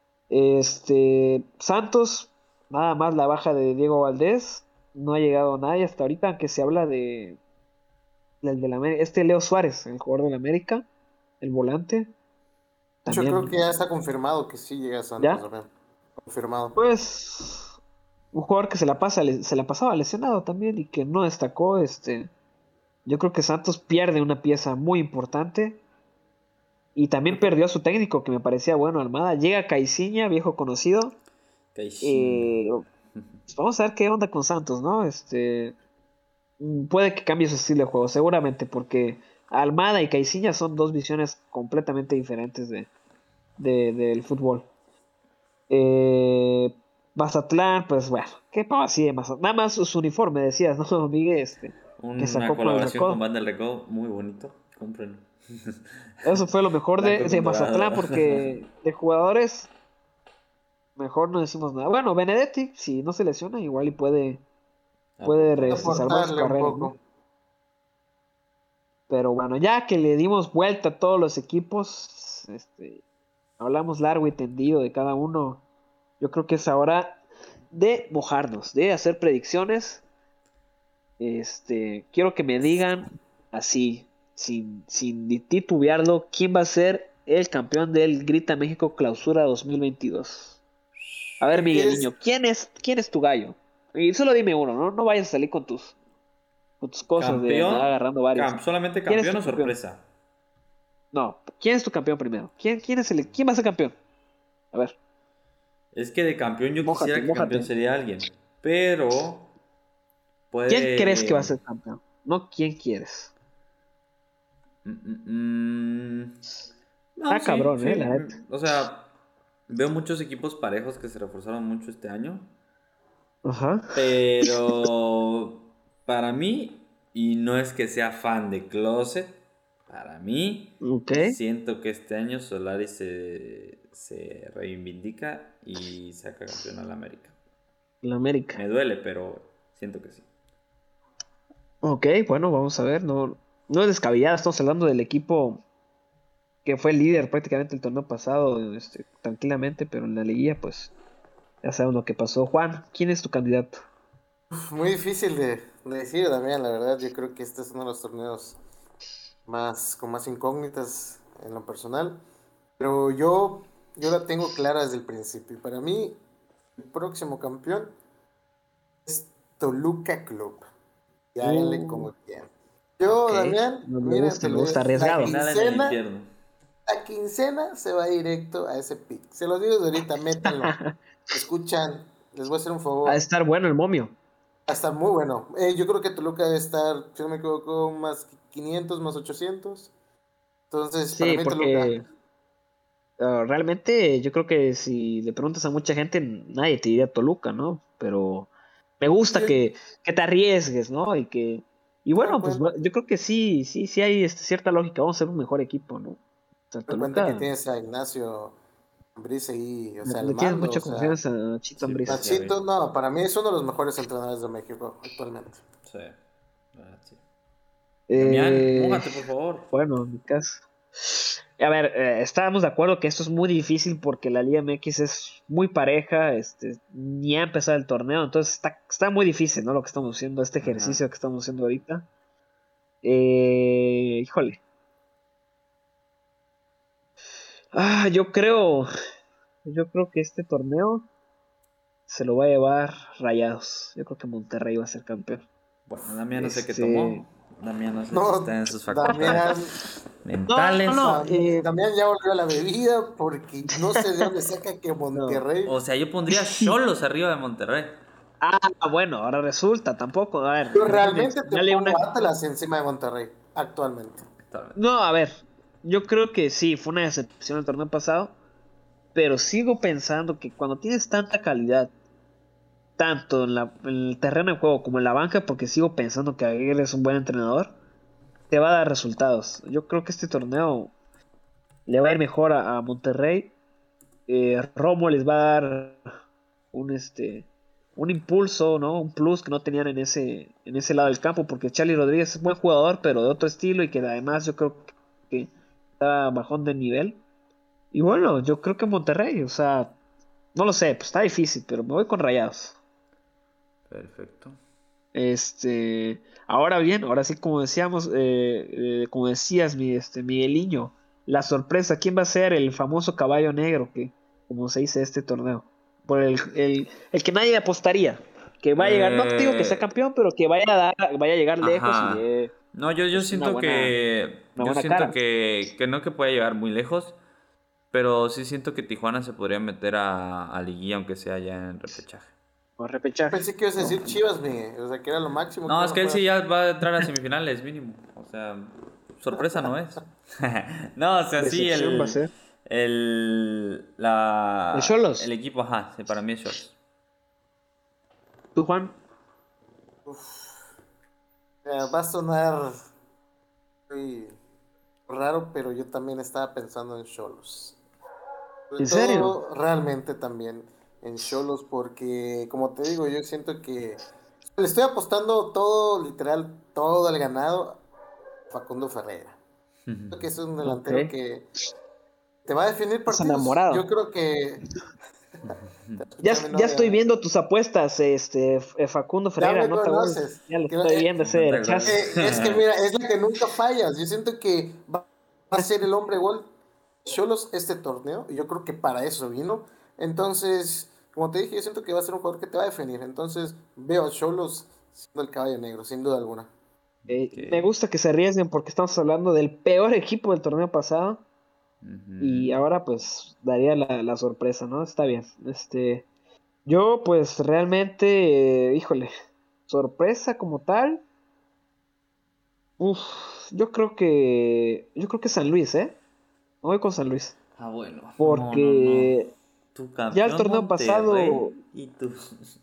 Este, Santos, nada más la baja de Diego Valdés, no ha llegado nadie hasta ahorita, aunque se habla de, del del Amé- este Leo Suárez, el jugador del América, el volante, Yo creo también, que ya está confirmado que sí llega a Santos, ¿ya? Damián. Confirmado. Pues un jugador que se la pasa, se la pasaba lesionado también y que no destacó, este, yo creo que Santos pierde una pieza muy importante y también Yo creo perdió a su técnico que me parecía bueno, Almada. Llega Caiciña, viejo conocido. Caixinha. eh, pues vamos a ver qué onda con Santos, ¿no? Este, mm, puede que cambie su estilo de juego, seguramente, porque Almada y Caiciña son dos visiones completamente diferentes de, de- del fútbol. Eh, Mazatlán, pues bueno, ¿qué pasa así de Mazatlán? Nada más su uniforme, decías, ¿no, Miguel? Este, que Una sacó con el colaboración con Recodo. Banda del Recodo, muy bonito. Cómprenlo. Eso fue lo mejor de, Blanco de con Mazatlán, dorado. porque de jugadores, mejor no decimos nada. Bueno, Benedetti, si no se lesiona, igual y puede, puede Aportar. este, salvar su aportarle un carrera, ¿no? poco. Pero bueno, ya que le dimos vuelta a todos los equipos, este, hablamos largo y tendido de cada uno. Yo creo que es hora de mojarnos, de hacer predicciones. Este, quiero que me digan así, sin, sin titubearlo, quién va a ser el campeón del Grita México Clausura dos mil veintidós. A ver, Migueliño, ¿quién es, quién es tu gallo? Y solo dime uno, ¿no? No vayas a salir con tus, con tus cosas Campeón, de andar agarrando varios. Camp, solamente ¿Quién es campeón tu o campeón? sorpresa. No, ¿quién es tu campeón primero? ¿Quién, quién, es el, quién va a ser campeón? A ver. Es que de campeón yo Mójate, quisiera que mójate. campeón sería alguien, pero puede... ¿Quién crees que va a ser campeón? No, ¿quién quieres? Mm, mm, mm. No, Ah, sí, cabrón, sí. eh, la neta. O sea, veo muchos equipos parejos que se reforzaron mucho este año, Ajá. pero para mí, y no es que sea fan de Closet, para mí, Ok. siento que este año Solari se, se reivindica y saca campeón al América. La América. Me duele, pero siento que sí. Ok, bueno, vamos a ver. No, no es descabellada, estamos hablando del equipo que fue el líder prácticamente el torneo pasado, este, tranquilamente, pero en la liguilla, pues, ya sabemos lo que pasó. Juan, ¿quién es tu candidato? Muy difícil de, de decir, Damián, la verdad. Yo creo que este es uno de los torneos más con más incógnitas en lo personal. Pero yo, yo la tengo clara desde el principio. Y para mí, el próximo campeón es Toluca Club. Y háganle Uh, como quieran. Yo, ok, Damián, no me mira, gusta, te me lo gusta, digo, arriesgado. la Final en el quincena, infierno. la quincena se va directo a ese pick. Se los digo desde ahorita, métanlo. Escuchan, les voy a hacer un favor. Va a estar bueno el momio. Va a estar muy bueno. Eh, yo creo que Toluca debe estar, si no me equivoco, más quinientos, más ochocientos. Entonces, para Sí, mí porque Toluca. uh, realmente yo creo que si le preguntas a mucha gente, nadie te diría Toluca, ¿no? Pero me gusta Sí. que, que te arriesgues, ¿no? Y que y bueno, pues cuenta. yo creo que sí, sí, sí hay este, cierta lógica. Vamos a ser un mejor equipo, ¿no? O sea, Me cuenta que Toluca, tienes a Ignacio Ambriz ahí, o sea, le al tienes mando, mucha o sea, confianza a Chito Sí, Ambriz. pues, ya vi. Nachito, no, para mí es uno de los mejores entrenadores de México actualmente. Sí, la verdad, sí. Eh, Damián, mójate, por favor. Bueno, en mi caso. A ver, eh, estábamos de acuerdo que esto es muy difícil porque la Liga M X es muy pareja, este, ni ha empezado el torneo, entonces está, está muy difícil, ¿no? Lo que estamos haciendo, este Ajá. ejercicio que estamos haciendo ahorita. Eh, híjole. Ah, yo creo, yo creo que este torneo se lo va a llevar Rayados. Yo creo que Monterrey va a ser campeón. Bueno, Damián no sé qué Este- tomó. Damián no sé No, si está en sus facultades Damián, mentales. No, no, Dam- eh, Damián ya volvió a la bebida porque no sé de dónde saca que Monterrey. O sea, yo pondría Xolos arriba de Monterrey. Ah, bueno, ahora resulta, tampoco, a ver. Yo realmente te dale pongo una- Atlas encima de Monterrey, actualmente. Totalmente. No, a ver, yo creo que sí, fue una decepción el torneo pasado, pero sigo pensando que cuando tienes tanta calidad, tanto en, la- en el terreno de juego como en la banca, porque sigo pensando que Aguirre es un buen entrenador, te va a dar resultados. Yo creo que este torneo le va a ir mejor a, a Monterrey. Eh, Romo les va a dar un este un impulso, ¿no? Un plus que no tenían en ese en ese lado del campo, porque Charlie Rodríguez es buen jugador, pero de otro estilo y que además yo creo que está bajón de nivel. Y bueno, yo creo que Monterrey, o sea, no lo sé, pues está difícil, pero me voy con Rayados. Perfecto. Este, ahora bien, ahora sí, como decíamos, eh, eh, como decías, mi este Migueliño, la sorpresa, ¿quién va a ser el famoso caballo negro que, como se dice este torneo? Por el, el, el que nadie apostaría, que va a llegar, no te digo que sea Eh, campeón, pero que vaya a dar, vaya a llegar lejos Ajá. y de, No, yo, yo pues, una siento buena- que. una Yo buena siento cara. que, que no que pueda llegar muy lejos. Pero sí siento que Tijuana se podría meter a, a liguilla, aunque sea ya en repechaje. o repechaje. Pensé que ibas a decir Chivas, Miguel, o sea, que era lo máximo. No, que es uno que él sí pueda- ya va a entrar a semifinales, mínimo. O sea, sorpresa no es. No, o sea, sí, Decepción va a el. ser. El. La. ¿El Xolos? El equipo, ajá, sí, para mí es Xolos. ¿Tú, Juan? Eh, va a sonar muy raro, pero yo también estaba pensando en Xolos. Sobre ¿En serio? todo, realmente también en Xolos, porque como te digo, yo siento que le estoy apostando todo, literal, todo el ganado a Facundo Ferreira. Creo que es un delantero Ok. que te va a definir Estás partidos. enamorado. Yo creo que Ya, Escúchame, no, ya estoy viendo tus apuestas, este F- Facundo Ferreira, me no te conoces. vuelvas. Ya lo Que- estoy eh, viendo ese no te derechazo. acuerdas. Eh, es que mira, es la que nunca fallas. Yo siento que va a ser el hombre gol Xolos este torneo, y yo creo que para eso vino. Entonces, como te dije, yo siento que va a ser un jugador que te va a definir. Entonces, veo a Xolos siendo el caballo negro, sin duda alguna. Eh, me Ok. gusta que se arriesguen porque estamos hablando del peor equipo del torneo pasado y Ujú. ahora pues daría la, la sorpresa, ¿no? Está bien. Este, yo pues realmente, eh, híjole, sorpresa como tal. Uf, yo creo que yo creo que San Luis, ¿eh? Me voy con San Luis Ah, bueno. No, no, no. porque Tu ya el campeón torneo pasado, Monterrey y tú.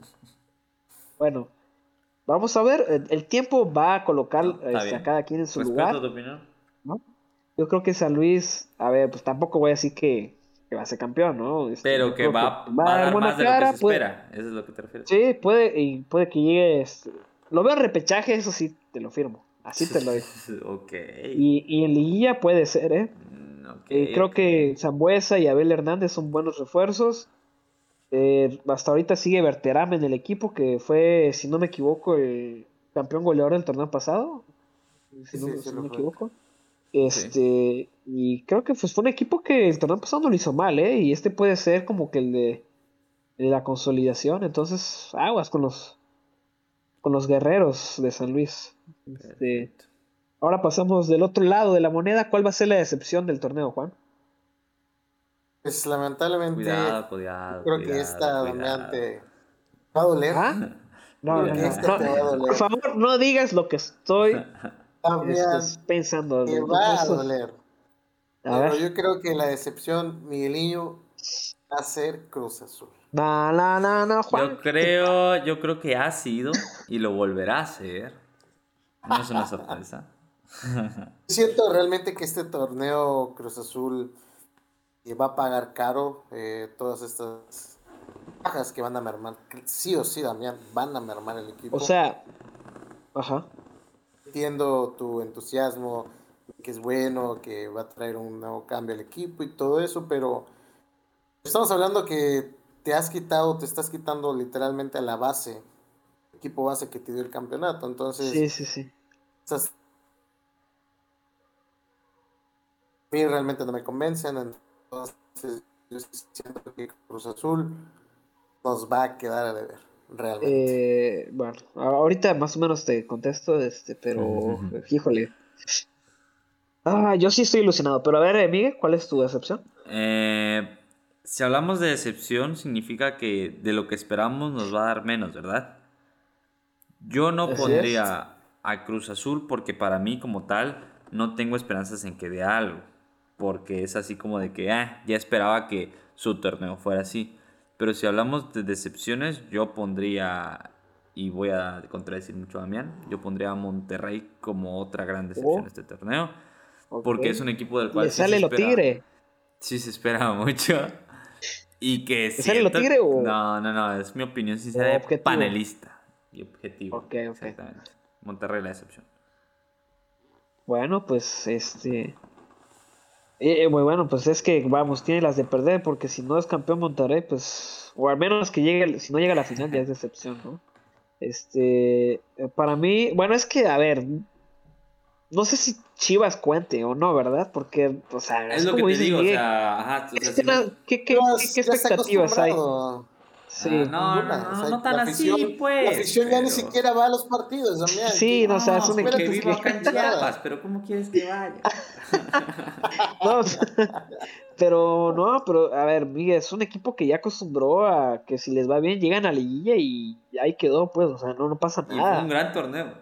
bueno, vamos a ver, el, el tiempo va a colocar No, está este, a bien. cada quien en su Respeto lugar, tu opinión. ¿no? Yo creo que San Luis, a ver, pues tampoco voy a decir que, que va a ser campeón, ¿no? Este, Pero yo que creo que va, va va a a dar dar buena más de lo que se cara, puede, espera. Eso es lo que te refieres. sí, puede, y puede que llegue, este, lo veo en repechaje, eso sí, te lo firmo, así te lo digo. Ok. Y, y en liguilla puede ser, ¿eh? Mm, ok, Eh, creo ok. que Sambuesa y Abel Hernández son buenos refuerzos. Eh, hasta ahorita sigue Berterame en el equipo, que fue, si no me equivoco, el campeón goleador del torneo pasado, si Sí, sí, no, sí si no lo me fue. equivoco. Sí. Este, y creo que pues, fue un equipo que el torneo pasado no lo hizo mal, ¿eh? Y este puede ser como que el de, el de la consolidación. Entonces, aguas con los, con los guerreros de San Luis. Este, Perfecto. ahora pasamos del otro lado de la moneda. ¿Cuál va a ser la decepción del torneo, Juan? Pues lamentablemente, Cuidado, cuidado, creo que cuidado, esta, Damián, cuidado. te va a doler. ¿Ah? No, Creo no, que no, Cuidado. esta no. te va a Por doler. favor, no digas lo que estoy este, Damián, pensando. te No, no, no, va a eso. doler. A ver. Pero yo creo que la decepción, Miguelinho, va a ser Cruz Azul. No, no, no, no, Juan, Yo ¿qué te pasa? creo, yo creo que ha sido y lo volverá a hacer. No es una sorpresa. Siento realmente que este torneo Cruz Azul eh, va a pagar caro eh, todas estas bajas que van a mermar. Sí o sí, Damián, van a mermar el O equipo. sea, ajá. Entiendo tu entusiasmo, que es bueno, que va a traer un nuevo cambio al equipo y todo eso, pero estamos hablando que te has quitado, te estás quitando literalmente a la base, equipo base que te dio el campeonato. Entonces, Sí, sí, sí. esas a mí realmente no me convencen. Entonces, yo siento que Cruz Azul nos va a quedar a deber, realmente. Eh, bueno, a- ahorita más o menos te contesto, este, pero, híjole. Ah, yo sí estoy ilusionado, pero a ver, eh, Miguel, ¿cuál es tu decepción? Eh, si hablamos de decepción, significa que de lo que esperamos nos va a dar menos, ¿verdad? Yo no Así es. pondría a Cruz Azul porque para mí como tal no tengo esperanzas en que dé algo. Porque es así como de que ah, ya esperaba que su torneo fuera así. Pero si hablamos de decepciones, yo pondría, y voy a contradecir mucho a Damián, yo pondría a Monterrey como otra gran decepción Oh, de este torneo. ok. Porque es un equipo del ¿Le cual sí se sale lo espera, tigre? sí se espera mucho. Y que ¿Le sale lo siento, tigre o, no, no, no, es mi opinión sincera o de objetivo? panelista y objetivo, Ok, ok. exactamente. Monterrey la decepción. Bueno, pues este. Eh, eh, muy bueno, pues es que vamos, tiene las de perder, porque si no es campeón Monterrey, pues, o al menos que llegue, si no llega a la final ya es decepción, ¿no? Este, eh, para mí, bueno, es que, a ver, no sé si Chivas cuente o no, ¿verdad? Porque, o sea, Es es lo que como te dices, digo, o Miguel, sea, ajá, o ¿qué, sea, si escena- no... qué, qué, qué- qué Chivas ya está expectativas hay? acostumbrado. Ah, Sí, no, no, Ninguna. O no, sea, no tan la afición, así, la pues, afición ya ni pero... siquiera va a los partidos, Damián. sí, ¿Qué, no, o sea, es No, un porque espérate, equipo es vivo una que, acá en temporada. Chiapas, pero ¿cómo quieres que vaya? no, pero no, pero a ver, Miguel, es un equipo que ya acostumbró a que si les va bien llegan a liguilla y ahí quedó, pues, o sea, no, no pasa Y fue un nada. gran torneo.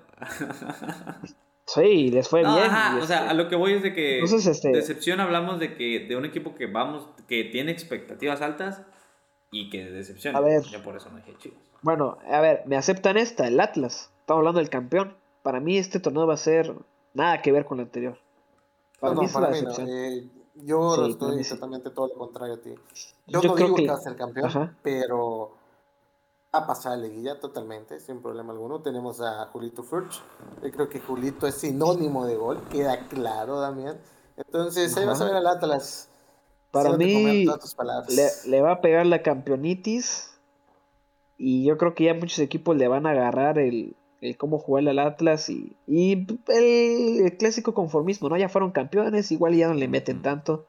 Sí, les fue No, bien y ajá, o sea, a este, lo que voy es de entonces, que este, decepción hablamos de que de un equipo que vamos, que tiene expectativas altas y que a decepcione. ver, Yo por eso no dije Chivas. bueno, a ver, me aceptan esta, el Atlas, estamos hablando del campeón. Para mí este torneo va a ser nada que ver con el anterior. No, Para mí no, esa es la para mí no. decepción. Eh, yo Sí, para mí estoy sí. totalmente todo lo contrario a ti. Yo Yo no creo digo que va que, a ser campeón, ajá, pero va a pasar a la liguilla totalmente, sin problema alguno. Tenemos a Julito Furch. Yo creo que Julito es sinónimo de gol, queda claro, Damián. Entonces, ahí vas a ajá. ver al Atlas Para haciéndote comer mí todas tus le, palabras. le va a pegar la campeonitis. Y yo creo que ya muchos equipos le van a agarrar el, el cómo jugarle al Atlas y, y el, el clásico conformismo, ¿no? Ya fueron campeones, igual ya no le meten Ujú. tanto.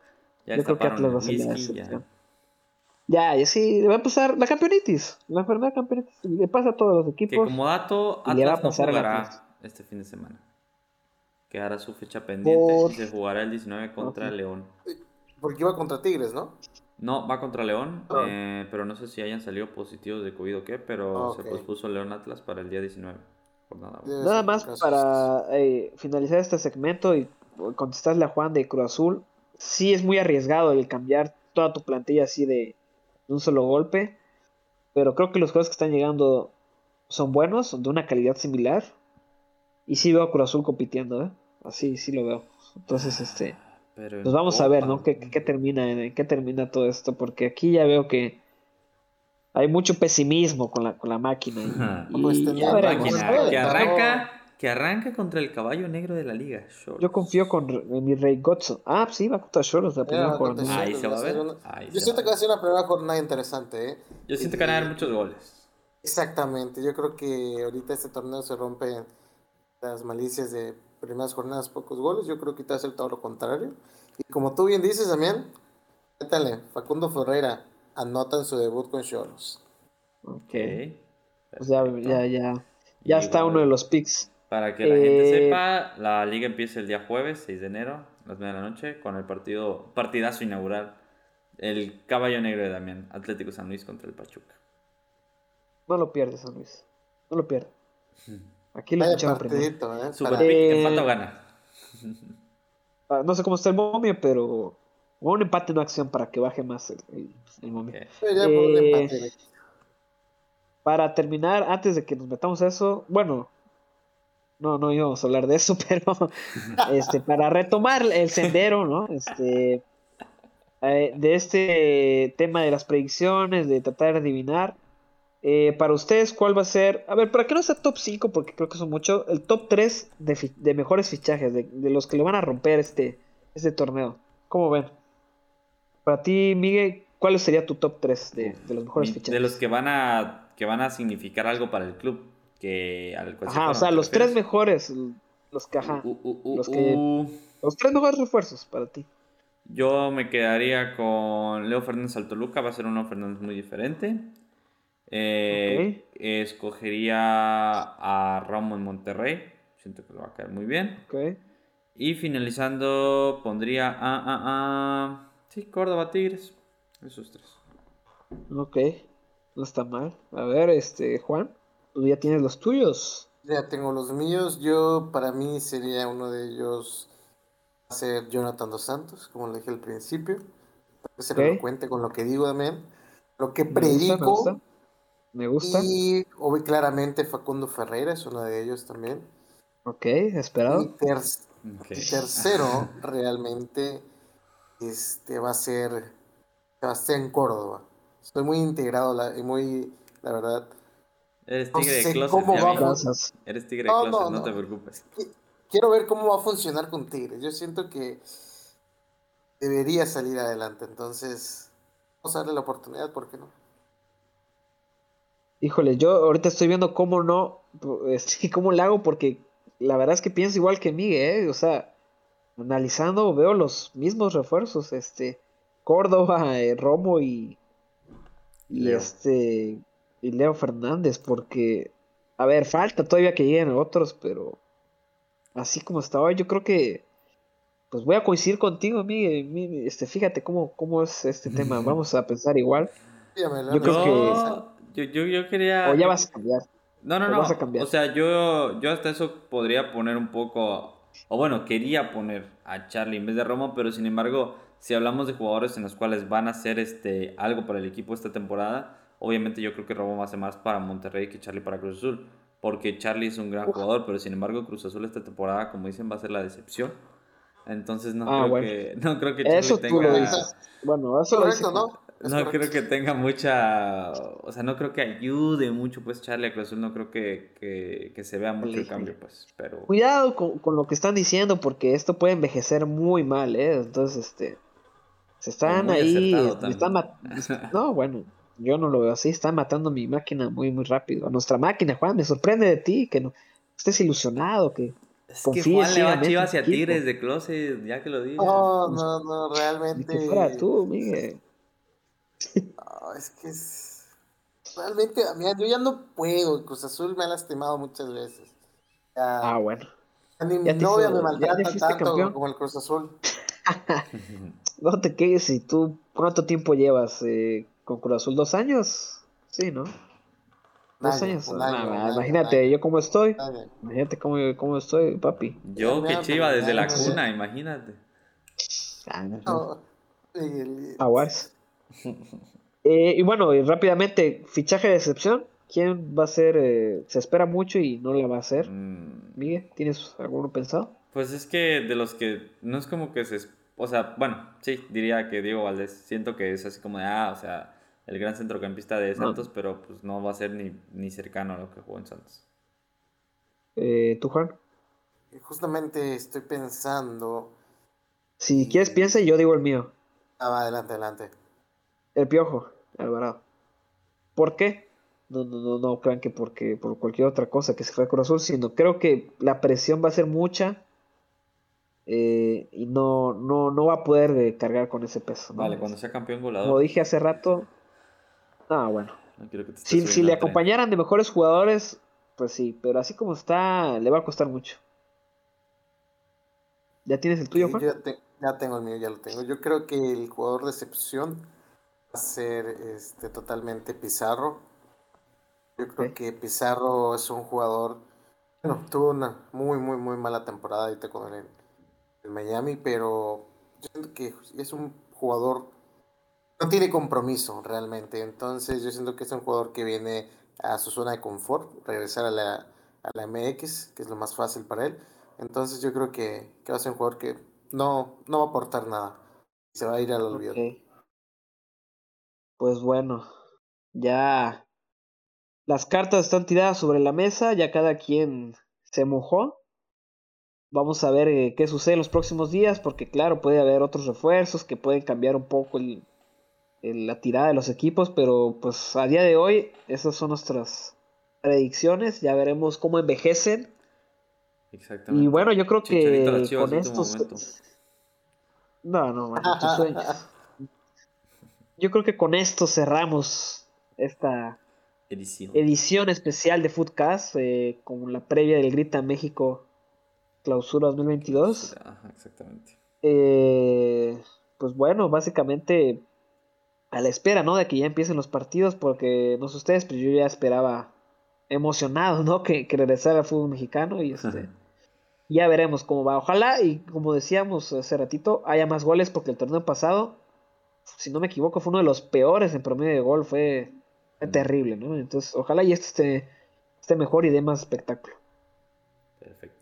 Ya Yo creo que destaparon Atlas el va a ser la whisky, ya. decepción. Ya, ya sí, le va a pasar la campeonitis. La enfermedad campeonitis. Le pasa a todos los Que equipos. como dato, Y le va a Atlas no pasar al Atlas. jugará este fin de semana. Quedará su fecha pendiente Por... y se jugará el diecinueve contra Ok. León. Porque iba contra Tigres, ¿no? No, va contra León, Ah, eh, pero no sé si hayan salido positivos de COVID o qué, pero se ok. pospuso León Atlas para el día diecinueve. Jornada uno. Debe Nada ser por más casos. para eh, finalizar este segmento y contestarle a Juan de Cruz Azul. Sí es muy arriesgado el cambiar toda tu plantilla así de, de un solo golpe. Pero creo que los juegos que están llegando son buenos, son de una calidad similar. Y sí veo a Cruz Azul compitiendo, ¿eh? Así sí lo veo. Entonces, este, Pero pues en vamos a ver, Copa, ¿no? ¿Qué, güey. qué termina, en qué termina todo esto? Porque aquí ya veo que hay mucho pesimismo con la, con la máquina y, Pues y ya La teniendo en veremos. A máquina cuenta ver, que el valor. arranca, que arranca contra el caballo negro de la liga, yo confío Cholos. con en mi Rey Gotzo. Ah, sí, va contra Cholos la primera Era contra jornada. Ahí Cholos, se va va a a ser ver, una- ahí Yo se va a siento que va ver. a ser una primera jornada interesante, ¿eh? Yo siento que van a haber Y muchos goles. exactamente, yo creo que ahorita este torneo se rompe las malicias de primeras jornadas, pocos goles. Yo creo que te va a ser todo lo contrario. Y como tú bien dices, Damián, métale, Facundo Ferreira anota en su debut con Cholos. Ok, Ok, pues ya, perfecto. ya, ya, ya Y está uno de igual, los picks. para que la gente Eh, sepa, la liga empieza el día jueves, seis de enero, a las nueve de la noche, con el partido, partidazo inaugural. El caballo negro de Damián, Atlético San Luis contra el Pachuca. no lo pierdes, San Luis. No lo pierdes. Aquí lo Vaya escucharon primero. partidito, ¿eh? Super Para... pick, empata o Eh, gana. ah, no sé cómo está el momio, pero un empate no acción para que baje más el, el- el momio. Ok. Pero ya por un Eh, empate. para terminar, antes de que nos metamos a eso, bueno, no, no íbamos a hablar de eso, pero este, para retomar el sendero, ¿no? Este, eh, de este tema de las predicciones, de tratar de adivinar. Eh, para ustedes, ¿cuál va a ser? A ver, para que no sea top cinco porque creo que son mucho, el top tres de, fi- de mejores fichajes, de, de los que le van a romper este, este torneo. ¿Cómo ven? Para ti, Miguel, ¿cuál sería tu top tres de, Uf, de los mejores mi- de los fichajes? que van a que van a significar algo para el club, que al cual se Ajá, o fueron, sea, ¿te los tres refieres? mejores, los que, Uh, ajá, uh, uh, uh, los que, uh. los tres mejores refuerzos para ti. Yo me quedaría con Leo Fernández al Toluca, va a ser un Leo Fernández muy diferente. Ok, Eh, escogería a Ramo en Monterrey, siento que le va a caer muy bien. ok, Y finalizando pondría a, a, a... Sí, Córdoba Tigres, esos tres. ok, no está mal. A ver, este, Juan, tú ya tienes los tuyos. Ya tengo los míos. Yo, para mí, sería uno de ellos, va a ser Jonathan Dos Santos, como le dije al principio. Que ser Ok, elocuente con lo que digo también. Lo que me gusta, me gusta, predico. me gusta. Y hoy claramente Facundo Ferreira es uno de ellos también. Ok, Y, esperado. ter- Ok. y tercero, realmente, este va a ser Sebastián Córdoba. Estoy muy integrado la- y muy, la verdad, Eres no tigre de sé closet, cómo ya va a vi. funcionar. Gracias. Eres tigre de No, closet, no, no te no. preocupes. Qui- Quiero ver cómo va a funcionar con Tigres. Yo siento que debería salir adelante. Entonces, vamos a darle la oportunidad, ¿por qué no? Híjole, yo ahorita estoy viendo cómo no, este, cómo lo hago porque la verdad es que pienso igual que Miguel, ¿eh? O sea, analizando veo los mismos refuerzos, este, Córdoba, eh, Romo y, Y y Leo. este, y Leo Fernández, porque, a ver, falta todavía que lleguen otros, pero así como estaba, yo creo que, pues voy a coincidir contigo, Miguel, Mi- este, fíjate cómo, cómo es este tema, vamos a pensar igual, Dígame, yo León, creo así que, sale. Yo, yo, yo, yo o quería. ya yo- vas a cambiar, No, no, o vas a no. O cambiar. sea, yo, yo hasta eso podría poner un poco. O bueno, quería poner a Charlie en vez de Romo, pero sin embargo, si hablamos de jugadores en los cuales van a hacer este, algo para el equipo esta temporada, obviamente yo creo que Romo va a ser más para Monterrey que Charlie para Cruz Azul. Porque Charlie es un gran Uf, jugador, pero sin embargo, Cruz Azul esta temporada, como dicen, va a ser la decepción. Entonces no ah, creo bueno. que, no creo que Charlie Eso tú lo Correcto, tenga. dices. Bueno, eso lo dice correcto, Juan. ¿no? Es No correcto. creo que tenga mucha, o sea, no creo que ayude mucho pues Charlie a Cruz Azul, no creo que, que, que se vea mucho Híjole, el cambio híjole. pues, pero Cuidado con, con lo que están diciendo porque esto puede envejecer muy mal, ¿eh? Entonces, este, se o están muy ahí, acertado es- me están también. mat- est- no, bueno, yo no lo veo así, están matando mi máquina muy, muy rápido. A nuestra máquina, Juan, me sorprende de ti que no estés ilusionado, que Es que confíe Juan le va a ciegamente en Chivas tu y a equipo. Tigres de closet, ya que lo diga. No, no, no, Ni que fuera realmente. tú, Miguel. No, es que es. Realmente, mira, yo ya no puedo. El Cruz Azul me ha lastimado muchas veces. Ah, Ya, bueno. ya ni mi Ya te hizo, novia me ya, ya maltrata fuiste tanto campeón. como el Cruz Azul. No te quejes y tú, ¿cuánto tiempo llevas eh, con Cruz Azul? ¿Dos años? Sí, ¿no? Un Dos año, años. un Ah, año, un va, año, un imagínate, año. yo cómo estoy. Un año. Imagínate cómo, cómo estoy, papi. Ya, Yo que mira, pero Chiva un desde la año ya. cuna, imagínate. Ah, no, no. No, Miguel, Jaguares. Eh, y bueno, y rápidamente, fichaje de excepción. ¿Quién va a ser? eh, se espera mucho y no la va a hacer. Mm, Miguel, ¿tienes alguno pensado? Pues es que de los que no es como que se... es- O sea, bueno, sí, diría que Diego Valdés. Siento que es así como de, ah, o sea, el gran centrocampista de No. Santos, pero pues no va a ser ni, ni cercano a lo que jugó en Santos. Eh, ¿tú, Juan? justamente estoy pensando. Si quieres, Y. piensa y yo digo el mío. Ah, va, adelante, adelante. El Piojo, Alvarado. ¿Por qué? No, no, no, no crean que porque por cualquier otra cosa que se fue a Cruz Azul, sino creo que la presión va a ser mucha eh, y no, no, no va a poder eh, cargar con ese peso, Vale, ¿no? cuando sea campeón Como goleador, dije hace rato, ah, bueno. no quiero que te estés Si, si subiendo le al tren. acompañaran de mejores jugadores, pues sí, pero así como está, le va a costar mucho. ¿Ya tienes el tuyo, Y Juan? yo ya, te- ya tengo el mío, ya lo tengo. Yo creo que el jugador de excepción va a ser este, totalmente Pizarro. Yo creo Ok. que Pizarro es un jugador, bueno, tuvo una muy, muy, muy mala temporada ahorita con el, el Miami, pero yo siento que es un jugador, no tiene compromiso realmente. Entonces yo siento que es un jugador que viene a su zona de confort, regresar a la, a la M X, que es lo más fácil para él. Entonces yo creo que, que va a ser un jugador que no, no va a aportar nada. Se va a ir al Ok. olvido. Pues bueno, ya las cartas están tiradas sobre la mesa, ya cada quien se mojó. Vamos a ver eh, qué sucede en los próximos días, porque claro, puede haber otros refuerzos que pueden cambiar un poco el, el- la tirada de los equipos, pero pues a día de hoy esas son nuestras predicciones, ya veremos cómo envejecen. Y Exactamente. bueno, yo creo Chicharito a las que Chivas, con último estos... momento. No, no, bueno, tus sueños. Yo creo que con esto cerramos esta Edición. edición especial de Footcast eh, con la previa del Grita México Clausura dos mil veintidós. Clausura, ajá, exactamente. Eh, pues bueno, básicamente a la espera, ¿no? De que ya empiecen los partidos, porque no sé ustedes, pero yo ya esperaba emocionado, ¿no? Que, que regresara al fútbol mexicano y este, ya veremos cómo va. Ojalá y como decíamos hace ratito, haya más goles porque el torneo pasado, si no me equivoco, fue uno de los peores en promedio de gol, fue, fue Mm, terrible, ¿no? Entonces, ojalá y este esté, esté mejor y dé más espectáculo. Perfecto.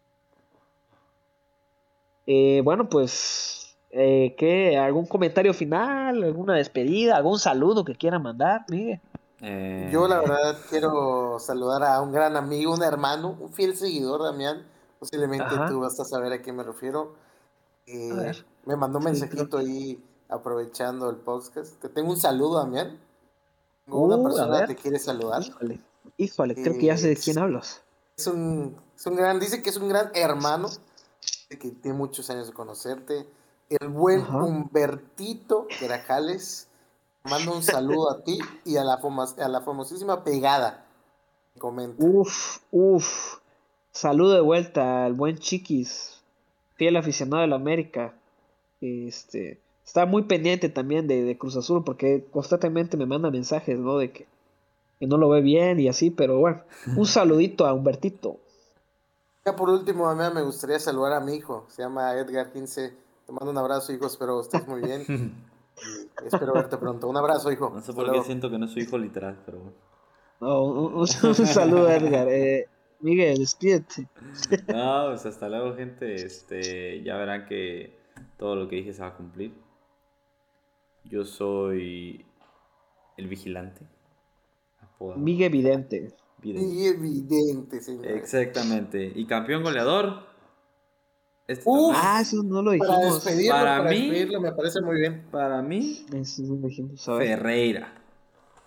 Eh, bueno, pues, eh, ¿qué? ¿Algún comentario final? ¿Alguna despedida? ¿Algún saludo que quieran mandar? Miguel? Yo la Eh, verdad quiero saludar a un gran amigo, un hermano, un fiel seguidor, Damián. Posiblemente Ajá, tú vas a saber a quién me refiero. a Eh, ver. me mandó un Sí, creo mensajito que. ahí aprovechando el podcast. Te tengo un saludo, Damián. Tengo una Uh, a persona ver. que te quiere saludar. Híjole, híjole, creo que ya sé Eh, de quién es, hablas. es un, es un gran, dice que es un gran hermano, dice que tiene muchos años de conocerte. El buen Ajá. Humbertito Grajales. Mando un saludo a ti y a la, fama- a la famosísima Pegada. Comenta. Uf, uf. Saludo de vuelta al buen Chiquis, fiel aficionado de la América. Este, está muy pendiente también de, de Cruz Azul porque constantemente me manda mensajes, ¿no? De que, que no lo ve bien y así, pero bueno, un saludito a Humbertito. Ya por último, Damián, me gustaría saludar a mi hijo. Se llama Edgar Quince. Te mando un abrazo, hijo. Espero estés muy bien y espero verte pronto. Un abrazo, hijo. no sé Hasta por qué luego. siento que no es su hijo literal, pero bueno. No, un, un- un saludo a Edgar. Eh, Miguel, despídete. No, pues hasta luego, gente. Este, ya verán que todo lo que dije se va a cumplir. Yo soy el vigilante, apodado Miguel Vidente. Vidente. Y evidente, señores. Exactamente. Y campeón goleador, este Ah, torneo, Uf, eso no lo para dijimos. despedirlo, para para mí, despedirlo, me parece muy bien. para mí, Eso no lo dijimos. A ver. Ferreira.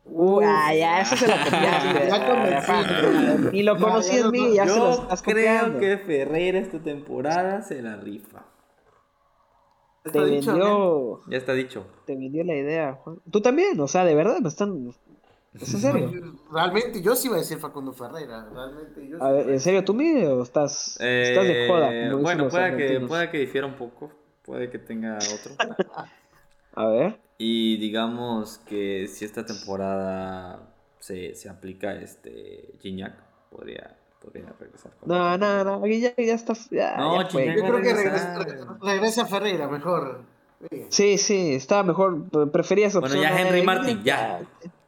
Uh, ah, ya, eso se lo copiaste. Ya convencí. Ni lo conocí en mí, ya se lo Yo estás creo copiando. que Ferreira esta temporada se la rifa. Te Está dicho, vendió, Ya está dicho. te vendió la idea, Juan. Tú también, o sea, de verdad, me están... ¿Es en serio? ¿no? Realmente yo sí iba a decir Facundo Ferreira. Realmente yo sí A ver, iba a ¿en serio tú, Mide, o estás, estás de joda? Eh, Como dicen bueno, los puede que, argentinos? puede que difiera un poco. Puede que tenga otro. A ver. Y digamos que si esta temporada se, se aplica este Gignac, podría, podría regresar. como No, titular. no, no, ya, ya está, ya, No, ya fue. Gignac Yo va a creo que regresar. regresa, regresa Ferreira mejor. Sí. Sí, sí, estaba mejor, prefería esa Bueno, opción. ya a Henry de- Martin, ya.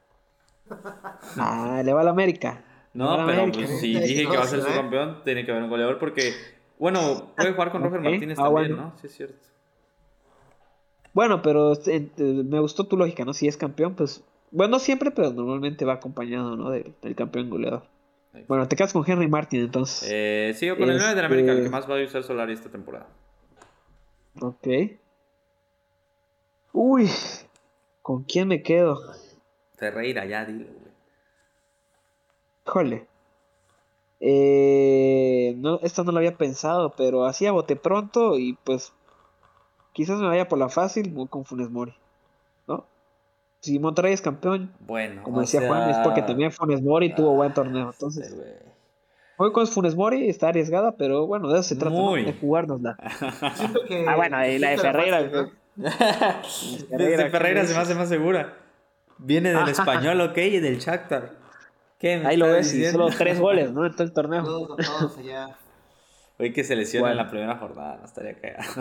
Ah, le va a la América. Le va a No, la pero América. pues si dije que va a ser Peligroso, su ¿eh? campeón, tiene que haber un goleador porque, bueno, puede jugar con Roger Ok, Martínez ah, también, bueno. ¿no? Sí, es cierto. Bueno, pero eh, eh, me gustó tu lógica, ¿no? Si es campeón, pues. Bueno, no siempre, pero normalmente va acompañado, ¿no? Del, del campeón goleador. Bueno, te quedas con Henry Martin entonces. Eh, sigo con el nueve de la América, el que más va a usar Solari esta temporada. Ok. Uy, ¿con quién me quedo? Ferreira, ya dilo, güey. Híjole. Eh, no, esta no la había pensado, pero así a bote pronto y pues quizás me vaya por la fácil, voy con Funes Mori, ¿no? Si Monterrey es campeón, Bueno, como o decía Juan, es porque sea... también Funes Mori tuvo buen Ah, torneo. este Entonces, güey. voy con Funes Mori, está arriesgada, pero bueno, de eso se trata, ¿no? De Muy. jugárnosla. Siento Ah, que bueno, y la de dijiste la Ferreira. fácil, ¿no? Desde Ferreira, ¿qué me Ferreira se me hace dices? más segura. Viene del español, ok, y del Shakhtar. ¿Qué me Ahí lo estás ves y diciendo? solo tres goles, ¿no? En todo el torneo. Saludos a todos allá. Oye, que se lesiona en Bueno, la primera jornada, no estaría cagado.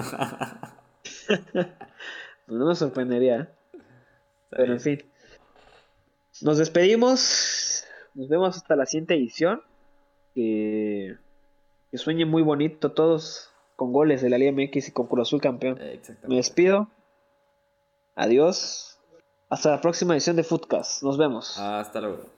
no me sorprendería, ¿eh? Está Pero en bien. fin. Nos despedimos. Nos vemos hasta la siguiente edición. Que, que sueñen muy bonito todos con goles de la Liga M X y con Cruz Azul campeón. Eh, Me Exactamente. despido. Adiós. Hasta la próxima edición de Footcast. Nos vemos. Hasta luego.